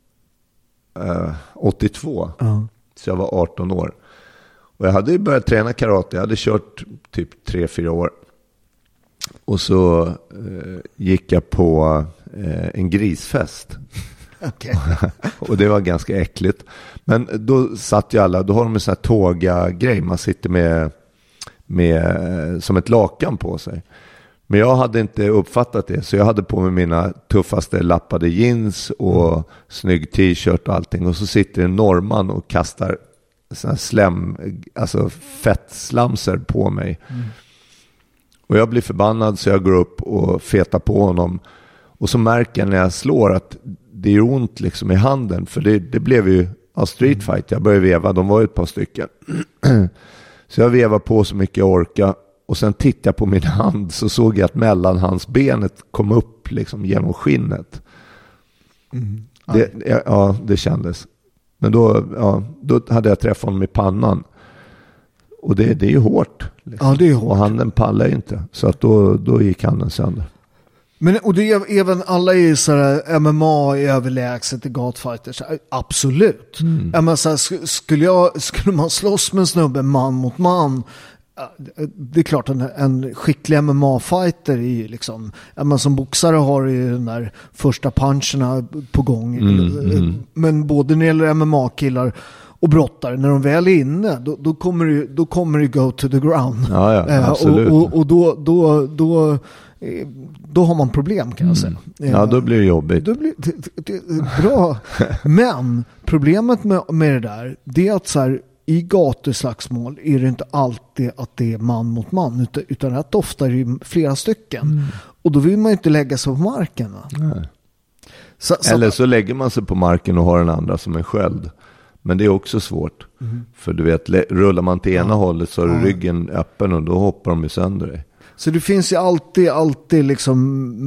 82. Så jag var 18 år. Och jag hade ju börjat träna karate. Jag hade kört typ 3-4 år. Och så gick jag på en grisfest. Okay. Och det var ganska äckligt. Men då satt ju alla, då har de en sån här tåga-grej. Man sitter med som ett lakan på sig. Men jag hade inte uppfattat det, så jag hade på mig mina tuffaste lappade jeans och snygg t-shirt och allting. Och så sitter en norrman och kastar såna fettslamser på mig. Och jag blir förbannad, så jag går upp och fetar på honom. Och så märker jag när jag slår att det är ont liksom i handen. För det blev ju street fight. Jag började veva, de var ju ett par stycken. Så jag vevar på så mycket jag orkar. Och sen tittade jag på min hand, så såg jag att mellanhandsbenet kom upp liksom genom skinnet. Det kändes. Men då hade jag träffat honom i pannan. Och det är ju hårt. Liksom. Ja, det är hårt. Och handen pallar inte. Så att då gick handen sönder. Men, och det är även alla är ju sådär, MMA är överlägset i gatfighters. Absolut. Men så här, skulle man slåss med en snubbe man mot man, det är klart en skicklig MMA-fighter är liksom, som boxare har ju den där första puncherna på gång. Men både när det gäller MMA-killar och brottare, när de väl är inne, då kommer det go to the ground. Ja, absolut. Och då har man problem, kan jag säga. Ja, då blir det jobbigt. Det bra. Men problemet med det där, det är att så här, i gatuslagsmål är det inte alltid att det är man mot man, utan rätt ofta är det flera stycken. Och då vill man ju inte lägga sig på marken. Nej. Eller så lägger man sig på marken och har den andra som en sköld. Men det är också svårt. För du vet, rullar man till ena hållet så har du ryggen öppen och då hoppar de ju sönder dig. Så det finns ju alltid liksom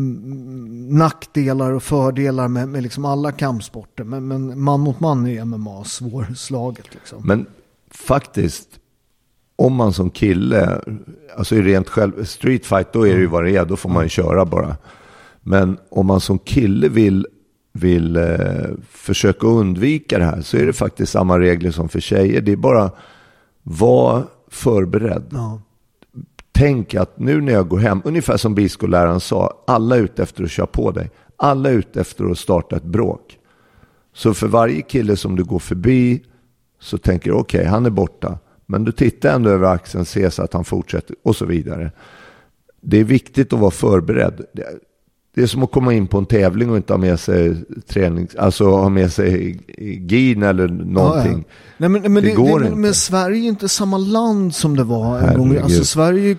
nackdelar och fördelar med liksom alla kampsporter. Men man mot man är MMA svårslaget. Liksom. Men faktiskt, om man som kille, alltså i rent street fight, då är det ju vad det är, då får man ju köra bara. Men om man som kille vill försöka undvika det här, så är det faktiskt samma regler som för tjejer. Det är bara var förberedd. Ja. Tänk att nu när jag går hem, ungefär som biskolläraren sa, alla är ute efter att köra på dig. Alla är ute efter att starta ett bråk. Så för varje kille som du går förbi så tänker du, okej, han är borta. Men du tittar ändå över axeln, ser så att han fortsätter och så vidare. Det är viktigt att vara förberedd. Det är som att komma in på en tävling och inte ha med sig alltså ha med sig gin eller någonting. Ja. Nej, men det går inte. Men Sverige är inte samma land som det var en gång. Alltså Sverige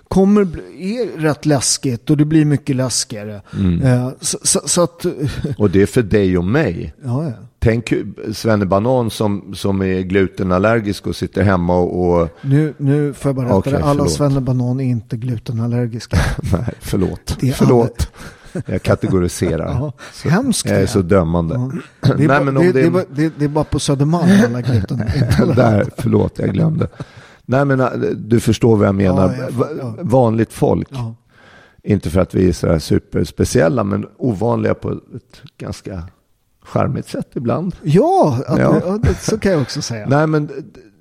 är rätt läskigt och det blir mycket läskigare. Så att... Och det är för dig och mig. Ja. Tänk Svennebanan som är glutenallergisk och sitter hemma och... Nu får jag bara rätta det. Alla Svennebanan är inte glutenallergiska. Nej, förlåt. Jag kategoriserar. Hemskt. Jag är så dömande. Ja. Det är bara på Södermalm alla gluten. Förlåt, jag glömde. Nej, men du förstår vad jag menar. Ja. Vanligt folk. Ja. Inte för att vi är så här superspeciella, men ovanliga på ett ganska charmigt sätt ibland. Ja, så kan jag också säga. Nej, men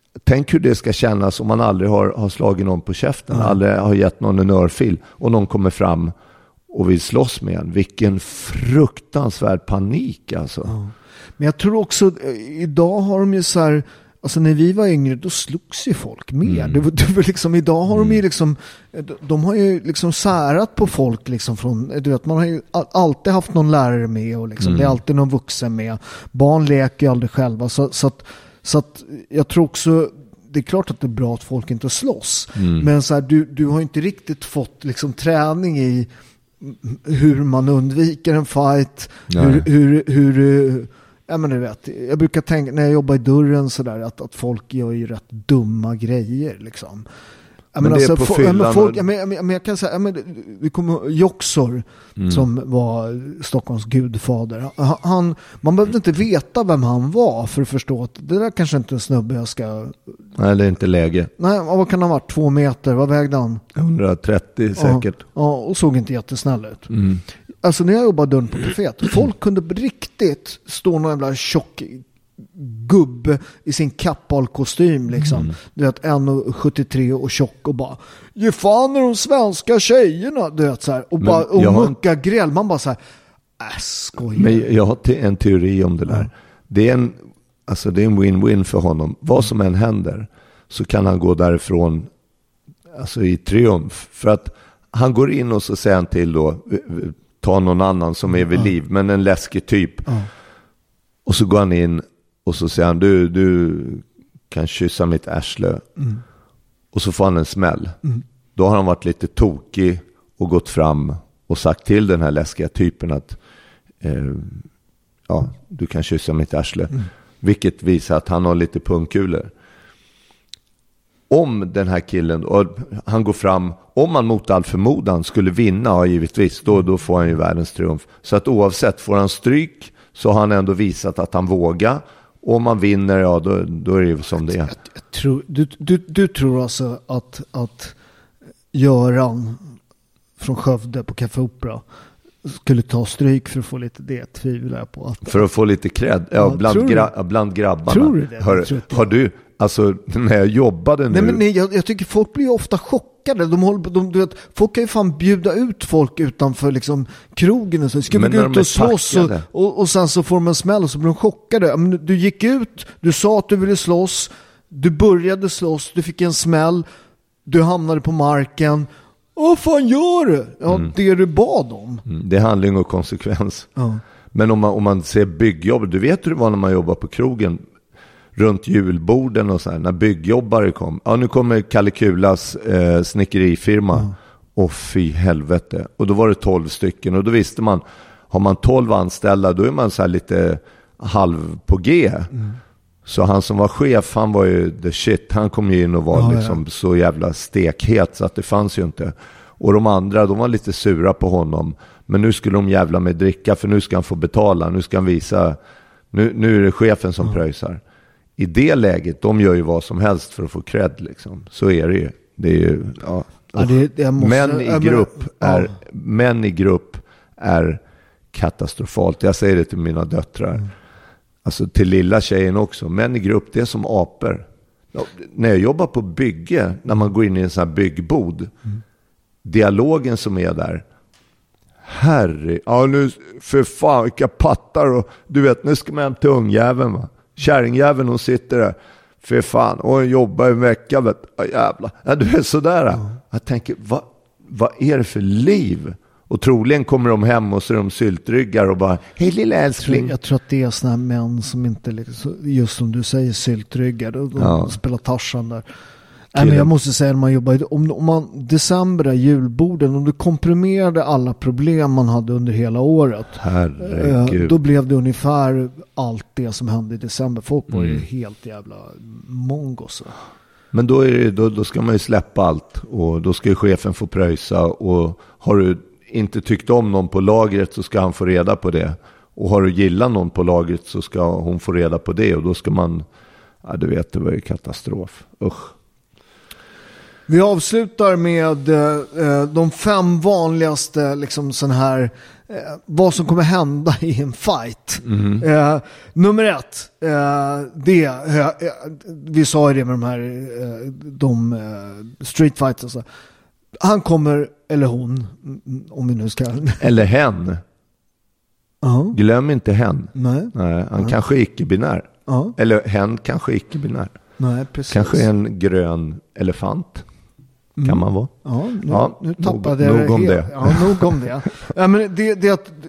tänk hur det ska kännas om man aldrig har slagit någon på käften, aldrig har gett någon en örfil och någon kommer fram och vill slåss med en. Vilken fruktansvärd panik alltså. Ja. Men jag tror också, idag har de ju så här, alltså när vi var yngre då slogs ju folk mer. Det var liksom, idag har de ju liksom, de har ju liksom särat på folk liksom från, du vet, man har ju alltid haft någon lärare med och liksom, det är alltid någon vuxen med. Barn leker ju aldrig själva, så att jag tror också, det är klart att det är bra att folk inte slåss. Men så här, du har inte riktigt fått liksom träning i hur man undviker en fight, hur ja, men du vet, jag brukar tänka när jag jobbar i dörren så där att folk gör ju rätt dumma grejer liksom. Men det är på fyllan. Men jag kan säga, vi kommer Joxor som var Stockholms gudfader. Man behövde inte veta vem han var för att förstå att det där kanske inte en snubbe jag ska... Nej, det är inte läge. Nej, vad kan han ha varit? 2 meter? Vad vägde han? 130 säkert. Ja, och såg inte jättesnäll ut. Alltså när jag jobbade dörren på Café, folk kunde på riktigt stå någon jävla tjock gubbe i sin kappalkostym liksom. Du vet, 1,73 och tjock och bara ge fan är de svenska tjejerna, du vet så här, och bara och mucka gräll. Man bara så här skojar. Men jag har en teori om det där. Det är en win-win för honom. Vad som än händer så kan han gå därifrån alltså i triumf, för att han går in och så säger han till då, ta någon annan som är vid liv, men en läskig typ. Och så går han in och så säger han, du kan kyssa mitt arsle. Och så får han en smäll. Då har han varit lite tokig och gått fram och sagt till den här läskiga typen att du kan kyssa mitt arsle. Vilket visar att han har lite pungkulor. Om den här killen, och han går fram, om man mot all förmodan skulle vinna, givetvis, då får han ju världens triumf. Så att oavsett, får han stryk så har han ändå visat att han vågar. Och om man vinner, då är det ju som det är. Jag tror, du tror alltså att Göran från Skövde på Café Opera skulle ta stryk för att få lite det, tvivlar jag på. För att få lite cred? Bland grabbarna. Tror du det? Har du, alltså när jag jobbade nu... Nej, jag tycker folk blir ofta chockade. Du vet, folk kan ju fan bjuda ut folk utanför liksom krogen och så. Ska vi gå ut och slåss och sen så får de en smäll och så blir de chockade. Men du gick ut, du sa att du ville slåss, du började slåss, du fick en smäll, du hamnade på marken. Vad fan gör du? Ja, det du bad om. Det är handling och konsekvens. Men om man ser byggjobb, du vet hur det var när man jobbar på krogen runt julborden och så här, när byggjobbare kom. Ja, nu kommer Kalle Kulas snickerifirma. Och fy helvete. Och då var det 12 stycken. Och då visste man, har man 12 anställda, då är man så här lite halv på G. Så han som var chef, han var ju the shit. Han kom ju in och var liksom så jävla stekhet så att det fanns ju inte. Och de andra, de var lite sura på honom. Men nu skulle de jävla med dricka, för nu ska han få betala. Nu ska han visa, nu är det chefen som pröjsar. I det läget, de gör ju vad som helst för att få cred liksom. Så är det ju. Det är ju, män i grupp är katastrofalt. Jag säger det till mina döttrar. Alltså till lilla tjejen också. Män i grupp, det är som apor. När jag jobbar på bygge, när man går in i en sån här byggbod, dialogen som är där, nu för fan vilka pattar, och du vet, nu ska man hem till ungjäveln, va? Kärringjäveln, hon sitter där, för fan, och jobbar en vecka, vet du, jävla. Ja, du är sådär. Jag tänker, vad är det för liv? Och troligen kommer de hem och så är de syltryggar och bara, hej lilla älskling. Jag tror att det är såna här män som inte, liksom, just som du säger, syltryggar. De spelar Tarzan där. Nej, men jag måste säga, när man jobbar, om man december, julborden, om du komprimerade alla problem man hade under hela året, då blev det ungefär allt det som hände i december. Folk var ju helt jävla mongos. Men då ska man ju släppa allt, och då ska ju chefen få pröjsa, och har du inte tyckt om någon på lagret så ska han få reda på det, och har du gillat någon på lagret så ska hon få reda på det, och då ska man, du vet, det var ju katastrof. Usch. Vi avslutar med de 5 vanligaste liksom sån här vad som kommer hända i en fight. Nummer 1, vi sa ju det med de här street fights och så. Han kommer, eller hon, om vi nu ska... Eller hen. Glöm inte hen. Nej, han kanske är icke-binär. Eller hen kanske är icke-binär. Nej, precis. Kanske en grön elefant. Kan man vara. Nu tappade jag nog om det. Nog om det. Men det är att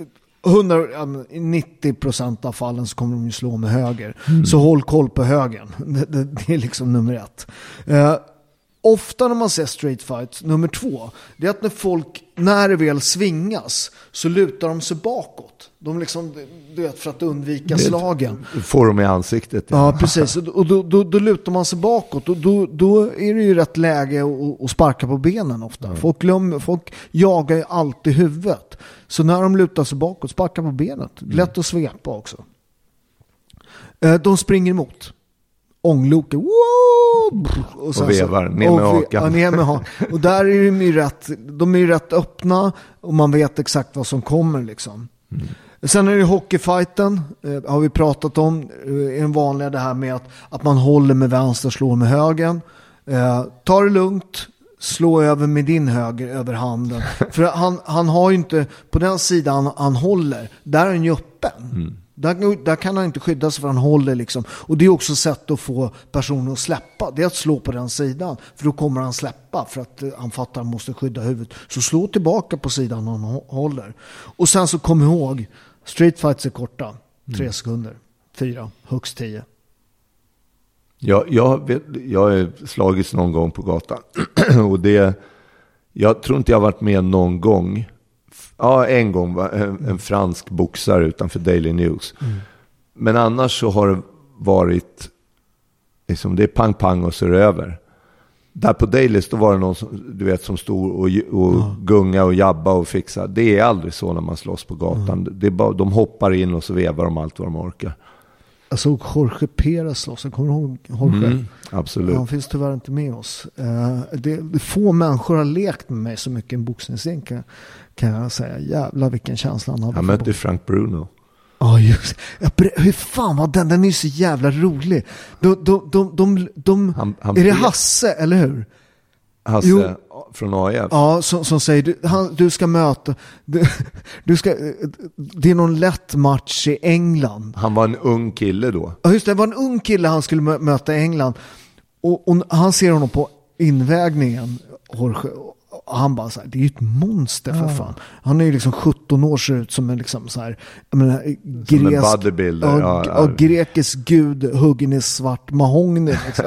90% av fallen så kommer de ju slå med höger. Så håll koll på högern. Det är liksom nummer 1. Ofta när man ser straight fights, nummer 2, det är att när det väl svingas så lutar de sig bakåt. De liksom, du vet, för att undvika slagen. Får de i ansiktet. Ja, precis. Och då lutar man sig bakåt. Och då är det ju rätt läge att sparka på benen ofta. Folk jagar ju alltid huvudet. Så när de lutar sig bakåt, sparka på benet. Lätt att svepa också. De springer emot. Ångloke. Och vevar ner med hakan. Och där är de är ju rätt öppna och man vet exakt vad som kommer liksom. Sen är det hockeyfighten, har vi pratat om, är den vanliga det här med att man håller med vänster och slår med höger. Ta det lugnt, slå över med din höger över handen. För han har ju inte, på den sidan han håller, där är han ju öppen. Där kan han inte skydda sig för han håller liksom. Och det är också sätt att få personen att släppa. Det är att slå på den sidan. För då kommer han släppa för att han fattar att han måste skydda huvudet. Så slå tillbaka på sidan han håller. Och sen så kom ihåg, street fights är korta. 3 sekunder. 4, högst 10. Jag har slagits någon gång på gatan. Och jag tror inte jag har varit med någon gång. Ja, en gång var en fransk boxare utanför Daily News. Men annars så har det varit liksom, det är pang och så är det över. Där på Dailys då var det någon som, du vet, som stod och gunga och jabba och fixa. Det är aldrig så när man slåss på gatan. Det är bara, de hoppar in och så vevar de allt vad de orkar. Alltså Jorge Perez slåss, kommer du ihåg Jorge? Absolut. Han finns tyvärr inte med oss. Det få människor har lekt med mig så mycket i en boxningsscen kan jag säga. Jävlar vilken känsla han hade. Han mötte Frank Bruno. Ja, just. Hur fan var den är så jävla rolig. Är det Hasse, eller hur? Hasse från AIF. Ja, som säger du ska möta du ska, det är någon lätt match i England. Han var en ung kille då. Ja, just det var en ung kille han skulle möta i England. Och han ser honom på invägningen, Jorge. Och han bara så här, det är ju ett monster för fan. Han är ju liksom 17 år, ser ut som en liksom så här, jag menar, grekisk gud huggen i svart mahogny liksom.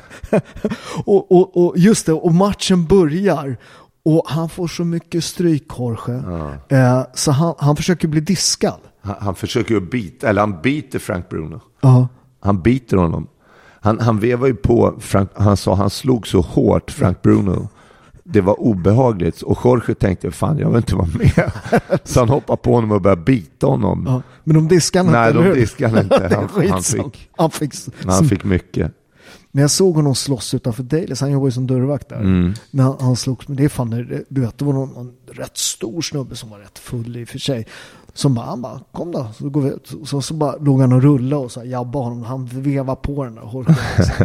och just det, och matchen börjar och han får så mycket stryk, Jorge. Så han försöker bli diskad. Han försöker ju bita, eller han biter Frank Bruno. Han biter honom. Han vevar ju på Frank, han slog så hårt Frank Bruno. Det var obehagligt. Och Jorge tänkte, fan jag vill inte vara med. Så han hoppade på honom och började bita honom. Ja, men de diskade inte. Nej, de diskade inte. Han fick mycket. Men jag såg honom slåss utanför Dailys. Han jobbar ju som dörrvakt där. När han slogs med det, du vet, det var någon rätt stor snubbe som var rätt full i och för sig. Som han bara, kom då, så går vi ut. Så bara låg han och rullade och så jabbade honom. Han vevade på den där Jorge.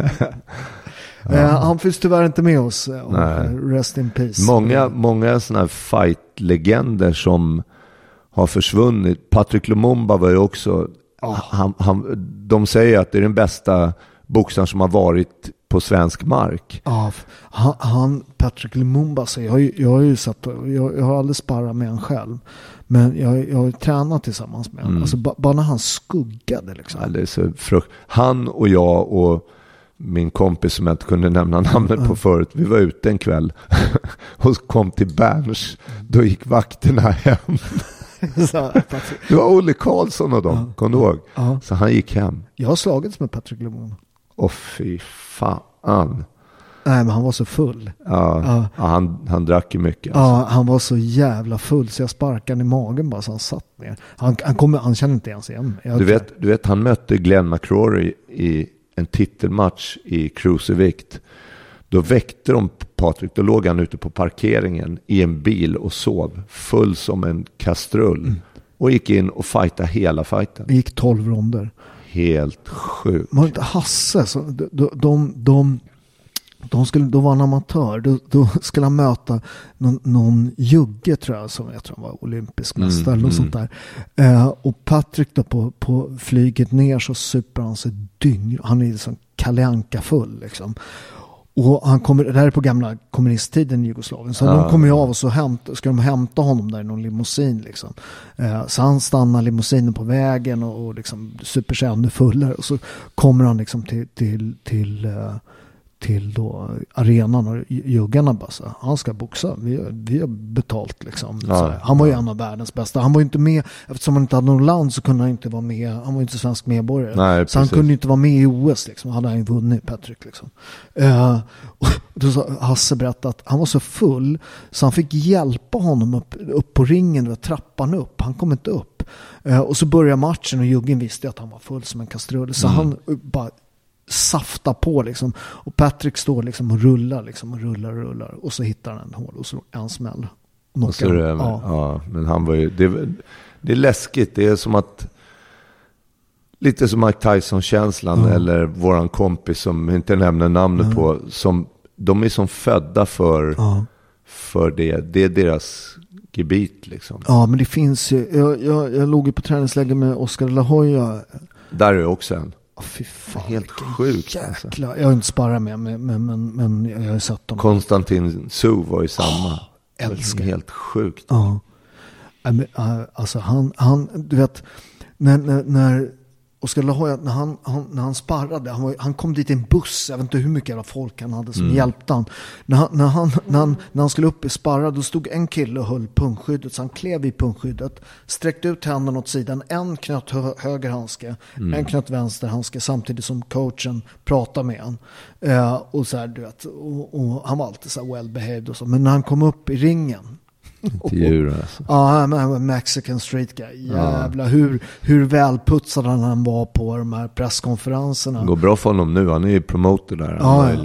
Han finns tyvärr inte med oss. Rest in peace. Många sådana här fight-legender som har försvunnit. Patrick Lumumba var ju också de säger att det är den bästa boxaren som har varit på svensk mark. Patrick Lumumba, så jag har ju sett, jag har aldrig sparrat med han själv, men jag har tränat tillsammans med honom. Alltså bara när han skuggade liksom. Ja, det är så han och jag och min kompis som jag inte kunde nämna namnet på förut, vi var ute en kväll och kom till Berns. Då gick vakterna hem. Det var Olle Karlsson och dem, kom du ihåg? Så han gick hem. Jag har slagits med Patrick Lumumba. Fy fan. Nej, men han var så full. Han drack ju mycket. Alltså. Han var så jävla full så jag sparkade i magen bara så han satt ner. Han kände inte ens igen mig. Du vet, han mötte Glenn McCrory i en titelmatch i cruiservikt. Då väckte de Patrik. Då låg han ute på parkeringen i en bil och sov full som en kastrull. Och gick in och fightade hela fighten. Det gick 12 ronder. Helt sjukt. Var inte Hasse så då var han amatör. Då skulle han möta någon jugge, tror jag, som jag tror var olympisk mästare eller sånt där. Och Patrik då på flyget ner så super han sig dyng. Han är liksom Kalle Anka full liksom. Och han kommer, det här är på gamla kommunisttiden i Jugoslavien. Så de kommer ju av och så ska de hämta honom där i någon limousin liksom. Så han stannar limousinen på vägen och liksom super sig ännu fullare. Och så kommer han liksom till då arenan och juggarna bara så, han ska boxa, vi har betalt liksom. Han var ju en av världens bästa. Han var ju inte med, eftersom han inte hade någon land så kunde han inte vara med. Han var ju inte svensk medborgare. Nej, så han kunde inte vara med i OS liksom. Hade han ju vunnit, Patrik liksom. Och då sa Hasse berättade att han var så full så han fick hjälpa honom upp på ringen och trappan upp. Han kom inte upp. Och så började matchen och juggen visste att han var full som en kastrull. Så han bara safta på liksom, och Patrik står liksom och rullar liksom, och rullar och så hittar han en hål och så en smäll och så men han var ju det är läskigt. Det är som att lite som Mike Tyson-känslan eller våran kompis som inte nämner namnet på, som de är som födda för det är deras gebit liksom. Ja, men det finns ju, jag låg ju på träningsläger med Oscar de la Hoya. Där är också en. Fy fan, helt sjukt alltså. Jag har inte sparat med men jag har sett dem. Konstantin Su var ju samma. Älskar. Helt sjukt. Ja. Alltså han du vet när Oscar de la Hoya, när han sparrade, han kom dit i en buss, jag vet inte hur mycket jävla folk han hade som hjälpte han. När han skulle upp i sparra, då stod en kille och höll pungskyddet, så han klev i pungskyddet, sträckte ut händerna åt sidan, en knöt höger handske, en knöt vänster handske, samtidigt som coachen pratade med han. Och så här, du vet, och han var alltid så här well behaved och så, men när han kom upp i ringen, alltså. Ja, Mexican street guy. Jävla hur välputsad han var på de här presskonferenserna. Det går bra för honom nu. Han är ju promoter där.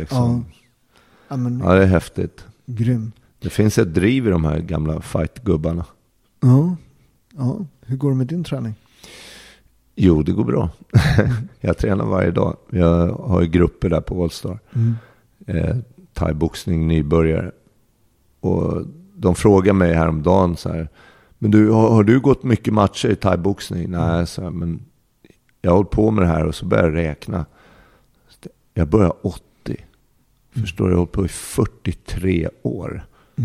Ja, det är häftigt. Grym. Det finns ett driv i de här gamla fightgubbarna. Ja. Hur går det med din träning? Jo, det går bra. Jag tränar varje dag. Jag har ju grupper där på Allstar. Thai-boxning, nybörjare. Och de frågar mig häromdagen så här, men du, har du gått mycket matcher i thai-boxning? Nej, så här, men jag har hållit på med det här och så börjar jag räkna. Jag börjar 80. Förstår du? Jag har hållit på i 43 år.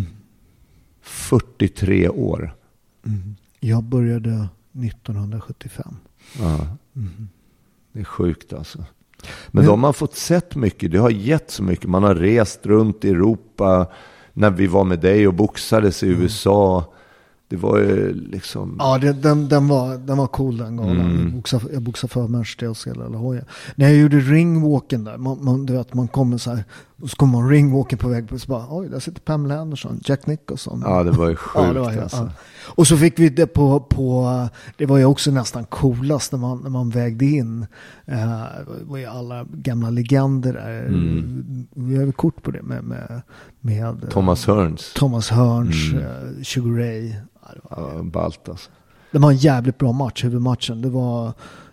43 år. Jag började 1975. Ja. Det är sjukt alltså. Men de har fått sett mycket. Det har gett så mycket. Man har rest runt i Europa. När vi var med dig och boxades i USA. Det var ju liksom... Ja, den var cool den gången. Jag boxade för Mercedes eller La Hoya. När jag gjorde ringwalken där, du vet, man kommer så här, och så kommer man ringwalken på väg, så bara, oj, där sitter Pamela Anderson, Jack Nicholson. Ja, det var ju sjukt. Det var, alltså. Och så fick vi det på det var ju också nästan coolast när man vägde in. Det var ju alla gamla legender där. Vi har kort på det med Thomas Hearns, Sugar Ray. Balt alltså. Det var en jävligt bra match, huvudmatchen. Det var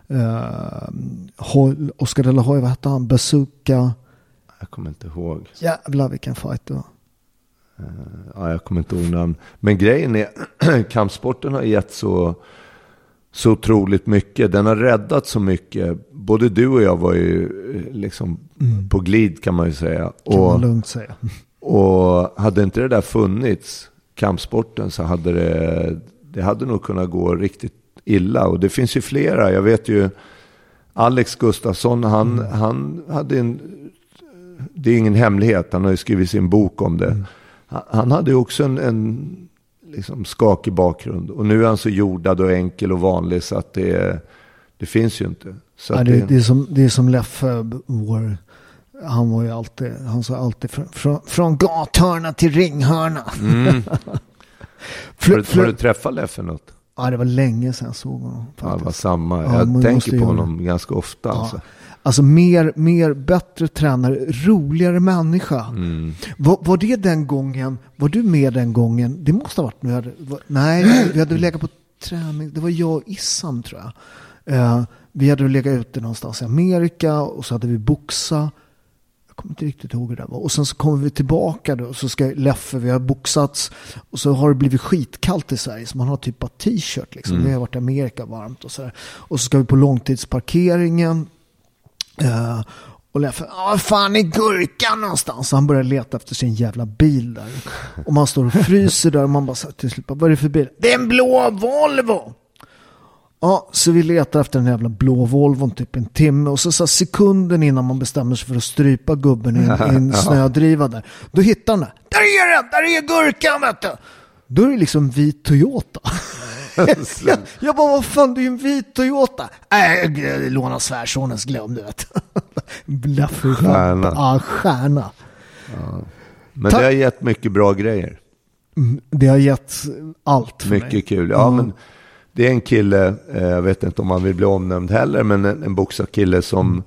Oscar de la Hoya, vad hette han? Bazooka. Jag kommer inte ihåg. Jävlar vilken fight det var. Jag kommer inte ihåg namn. Men grejen är, kampsporten har gett så otroligt mycket. Den har räddat så mycket. Både du och jag var ju liksom på glid, kan man ju säga. Kan man lugnt säga. Och hade inte det där funnits, kampsporten, så hade det hade nog kunnat gå riktigt illa. Och det finns ju flera. Jag vet ju Alex Gustafsson, han hade det är ingen hemlighet, han har ju skrivit sin bok om det. Han hade ju också en liksom skakig bakgrund. Och nu är han så jordad och enkel och vanlig så att det finns ju inte. Så att det är som Leffe, han var ju alltid, han sa alltid från gathörna till ringhörna. Har du träffat Leffe något? Ja, det var länge sedan jag såg honom. Ja, det var samma. Jag tänker på honom ganska ofta. Ja. Alltså. Alltså mer bättre tränare, roligare människa. Var det den gången, var du med den gången? Det måste ha varit vi hade legat på träning, det var jag och Issam tror jag. Vi hade legat ute någonstans i Amerika och så hade vi boxa. Jag kommer inte riktigt ihåg hur det var. Och sen så kommer vi tillbaka då, och så ska Leffe, vi har boxats och så har det blivit skitkallt i Sverige så man har typ av t-shirt liksom. Vi har varit i Amerika varmt och så där. Och så ska vi på långtidsparkeringen och Leffe, fan är Gurkan någonstans? Så han börjar leta efter sin jävla bil där. Och man står och fryser där och man bara till slut, vad är det för bil? Det är en blå Volvo! Ja, så vi letar efter en jävla blå Volvo typ en timme och så sekunden innan man bestämmer sig för att strypa gubben i en snödriva där. Då hittar han det. Där är den! Där är Gurkan, vet du! Då är det liksom vit Toyota. jag bara, vad fan, det är ju en vit Toyota. Låna svärsonens glöm, du vet. Stjärna. Stjärna. Ja. Men det har gett mycket bra grejer. Det har gett allt för mycket mig. Kul. Ja, men det är en kille, jag vet inte om han vill bli omnämnd heller, men en boxarkille som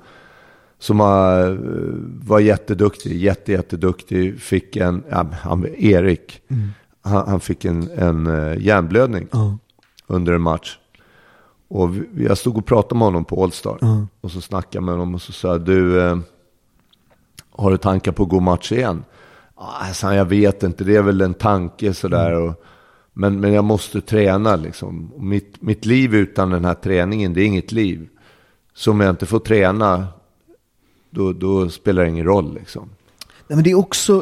var jätteduktig, jätteduktig, fick Erik, han fick en hjärnblödning under en match. Och jag stod och pratade med honom på All-Star och så snackade med honom och så sa du, har du tankar på att gå match igen? Alltså, jag vet inte, det är väl en tanke sådär men jag måste träna liksom. Mitt liv utan den här träningen, det är inget liv. Så om jag inte får träna då spelar det ingen roll liksom. Nej, men det är också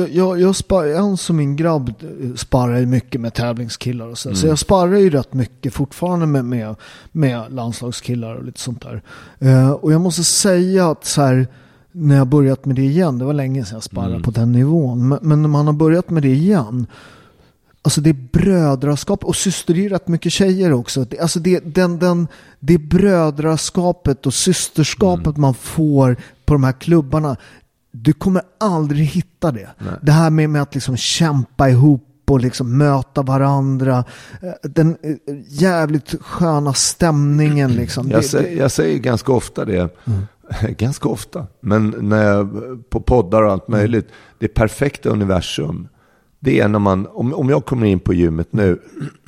jag som min grabb sparrar mycket med tävlingskillar och så jag sparrar ju rätt mycket fortfarande med landslagskillar och lite sånt där. Och jag måste säga att så här, när jag börjat med det igen, det var länge sedan jag sparrade på den nivån, men när man har börjat med det igen, alltså det är brödraskap och syster, det är rätt mycket tjejer också. Alltså det brödraskapet och systerskapet man får på de här klubbarna, du kommer aldrig hitta det. Nej. Det här med att liksom kämpa ihop och liksom möta varandra, den jävligt sköna stämningen liksom. Jag säger ganska ofta det. Ganska ofta. Men när jag på poddar och allt möjligt, det perfekta universum, det är när man, om jag kommer in på gymmet nu,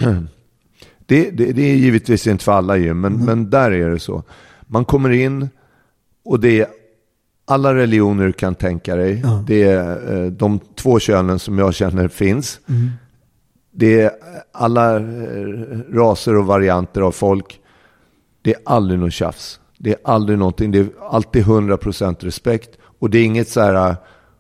det är givetvis inte för alla gym, men där är det så. Man kommer in och det är alla religioner du kan tänka dig. Det är de 2 könen som jag känner finns. Det är alla raser och varianter av folk. Det är aldrig något tjafs. Det är aldrig någonting. Det är alltid 100% respekt. Och det är inget så här,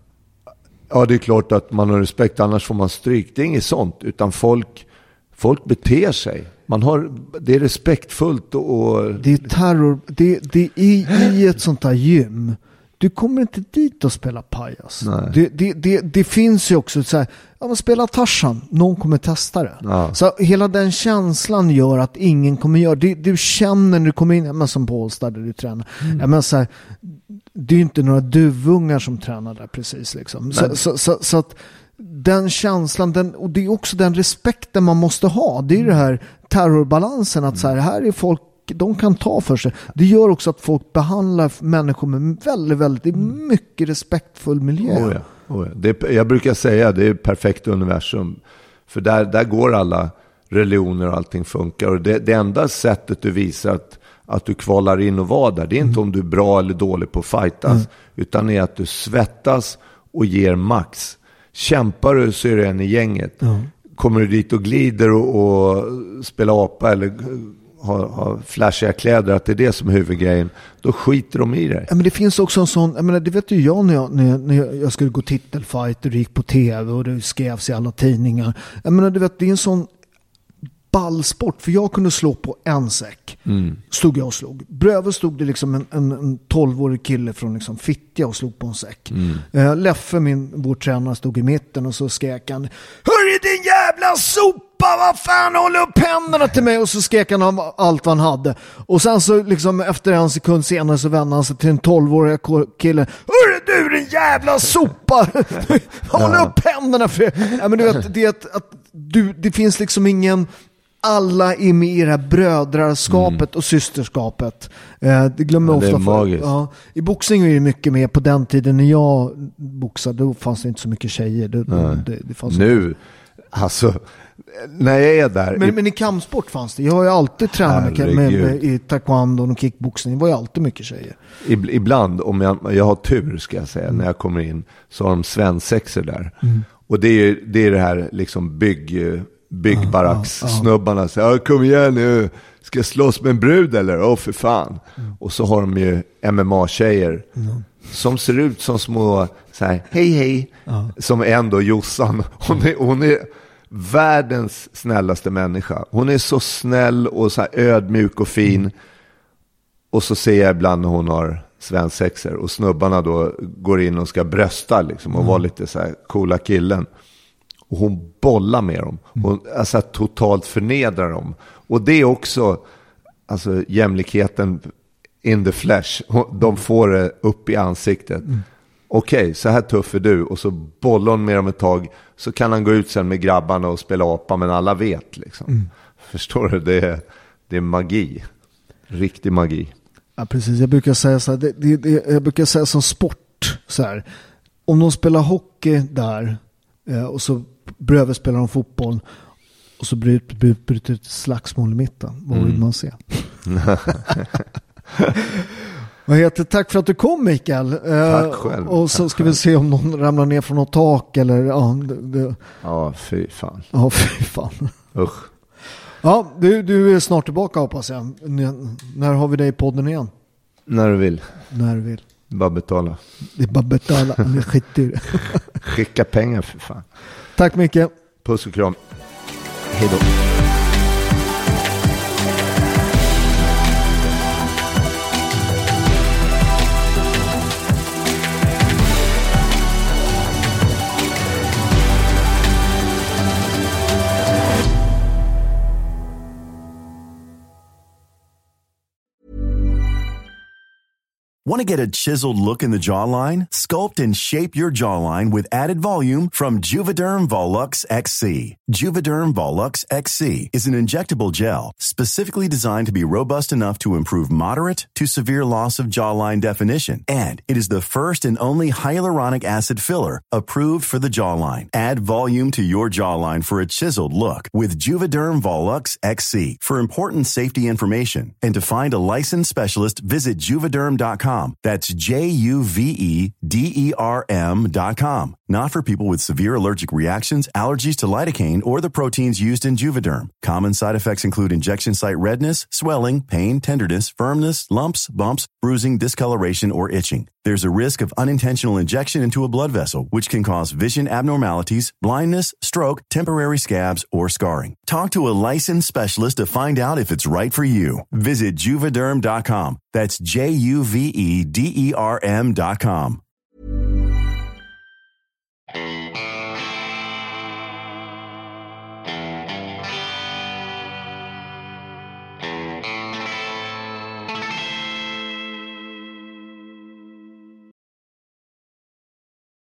ja, det är klart att man har respekt, annars får man stryk. Det är inget sånt, utan folk beter sig. Det är respektfullt och det är terror. Det är i ett sånt här gym. Du kommer inte dit och spela pajas. Det finns ju också så här, man spelar Tarzan, någon kommer testa det. Ja. Så hela den känslan gör att ingen kommer göra det. Du känner när du kommer in, men som på All-Star där du tränar. Men så här, det är ju inte några duvungar som tränar där precis liksom. Så att den känslan, och det är också den respekten man måste ha. Det är det här terrorbalansen, att så här är folk, de kan ta för sig. Det gör också att folk behandlar människor med väldigt, väldigt mycket respektfull miljö. Oh ja. Jag brukar säga det är perfekt universum. För där går alla religioner och allting funkar. Och det enda sättet du visar att du kvalar in och var där, det är inte om du är bra eller dålig på att fightas, utan är att du svettas och ger max. Kämpar du så är det en i gänget. Kommer du dit och glider och spelar apa eller ha flashiga kläder, att det är det som är huvudgrejen, då skiter de i det. Ja, men det finns också en sån, jag menar, det vet ju jag när jag skulle gå titelfight och det gick på tv och det skrevs i alla tidningar. Jag menar, du vet, det är en sån ballsport, för jag kunde slå på en säck. Stod jag och slog. Bredvid stod det liksom en 12-årig kille från liksom Fittja och slog på en säck. Leffe, vår tränare, stod i mitten och så skrek han: "Hörru din jävla sopa, vad fan, håller upp händerna till mig!" Och så skrek han om allt vad han hade. Och sen så liksom efter en sekund senare så vände han sig till en 12-årig kille: "Hörru du din jävla sopa, håll upp händerna för det." Ja, men du vet, det finns liksom ingen alla är med i det här brödraskapet och systerskapet. Det glömmer ofta. Det är magiskt. I boxning är det mycket mer. På den tiden när jag boxade, då fanns det inte så mycket tjejer. Det fanns nu, alltså, när jag är där. Men i kampsport fanns det. Jag har ju alltid tränat med i taekwondo och kickboxning. Det var ju alltid mycket tjejer. Ibland, om jag har tur ska jag säga, när jag kommer in, så har de svensexer där. Och det är det här liksom byggbaracks-snubbarna säger, kom igen nu, ska jag slåss med en brud eller? För fan. Och så har de ju MMA-tjejer som ser ut som små så här, hej som är ändå Jossan. Hon är världens snällaste människa. Hon är så snäll och så här ödmjuk och fin. Och så ser jag ibland när hon har svensexer och snubbarna då går in och ska brösta liksom, och vara lite så här coola killen. Och hon bollar med dem. Hon alltså, totalt förnedrar dem. Och det är också alltså, jämlikheten in the flesh. De får det upp i ansiktet. Okej, så här tuff är du. Och så bollar hon med dem ett tag. Så kan han gå ut sen med grabbarna och spela apa. Men alla vet liksom. Förstår du? Det är magi. Riktig magi. Ja, precis. Jag brukar säga så här. Jag brukar säga som sport. Så här. Om de spelar hockey där. Och så bredvid spelar de fotboll. Och så bryter ett slagsmål i mitten. Vad vill man se? Tack för att du kom, Mikael. Tack själv. Och så ska vi se om någon ramlar ner från något tak. Eller, ja, fy fan. Ja, fy fan. Usch. Ja, du är snart tillbaka, hoppas jag. När har vi dig i podden igen? När du vill. När du vill. Bara betala. Det är bara betala. Skicka pengar för fan. Tack mycket. Puss och kram. Hej då. Want to get a chiseled look in the jawline? Sculpt and shape your jawline with added volume from Juvederm Volux XC. Juvederm Volux XC is an injectable gel specifically designed to be robust enough to improve moderate to severe loss of jawline definition. And it is the first and only hyaluronic acid filler approved for the jawline. Add volume to your jawline for a chiseled look with Juvederm Volux XC. For important safety information and to find a licensed specialist, visit Juvederm.com. That's Juvederm.com. Not for people with severe allergic reactions, allergies to lidocaine, or the proteins used in Juvederm. Common side effects include injection site redness, swelling, pain, tenderness, firmness, lumps, bumps, bruising, discoloration, or itching. There's a risk of unintentional injection into a blood vessel, which can cause vision abnormalities, blindness, stroke, temporary scabs, or scarring. Talk to a licensed specialist to find out if it's right for you. Visit Juvederm.com. That's Juvederm.com.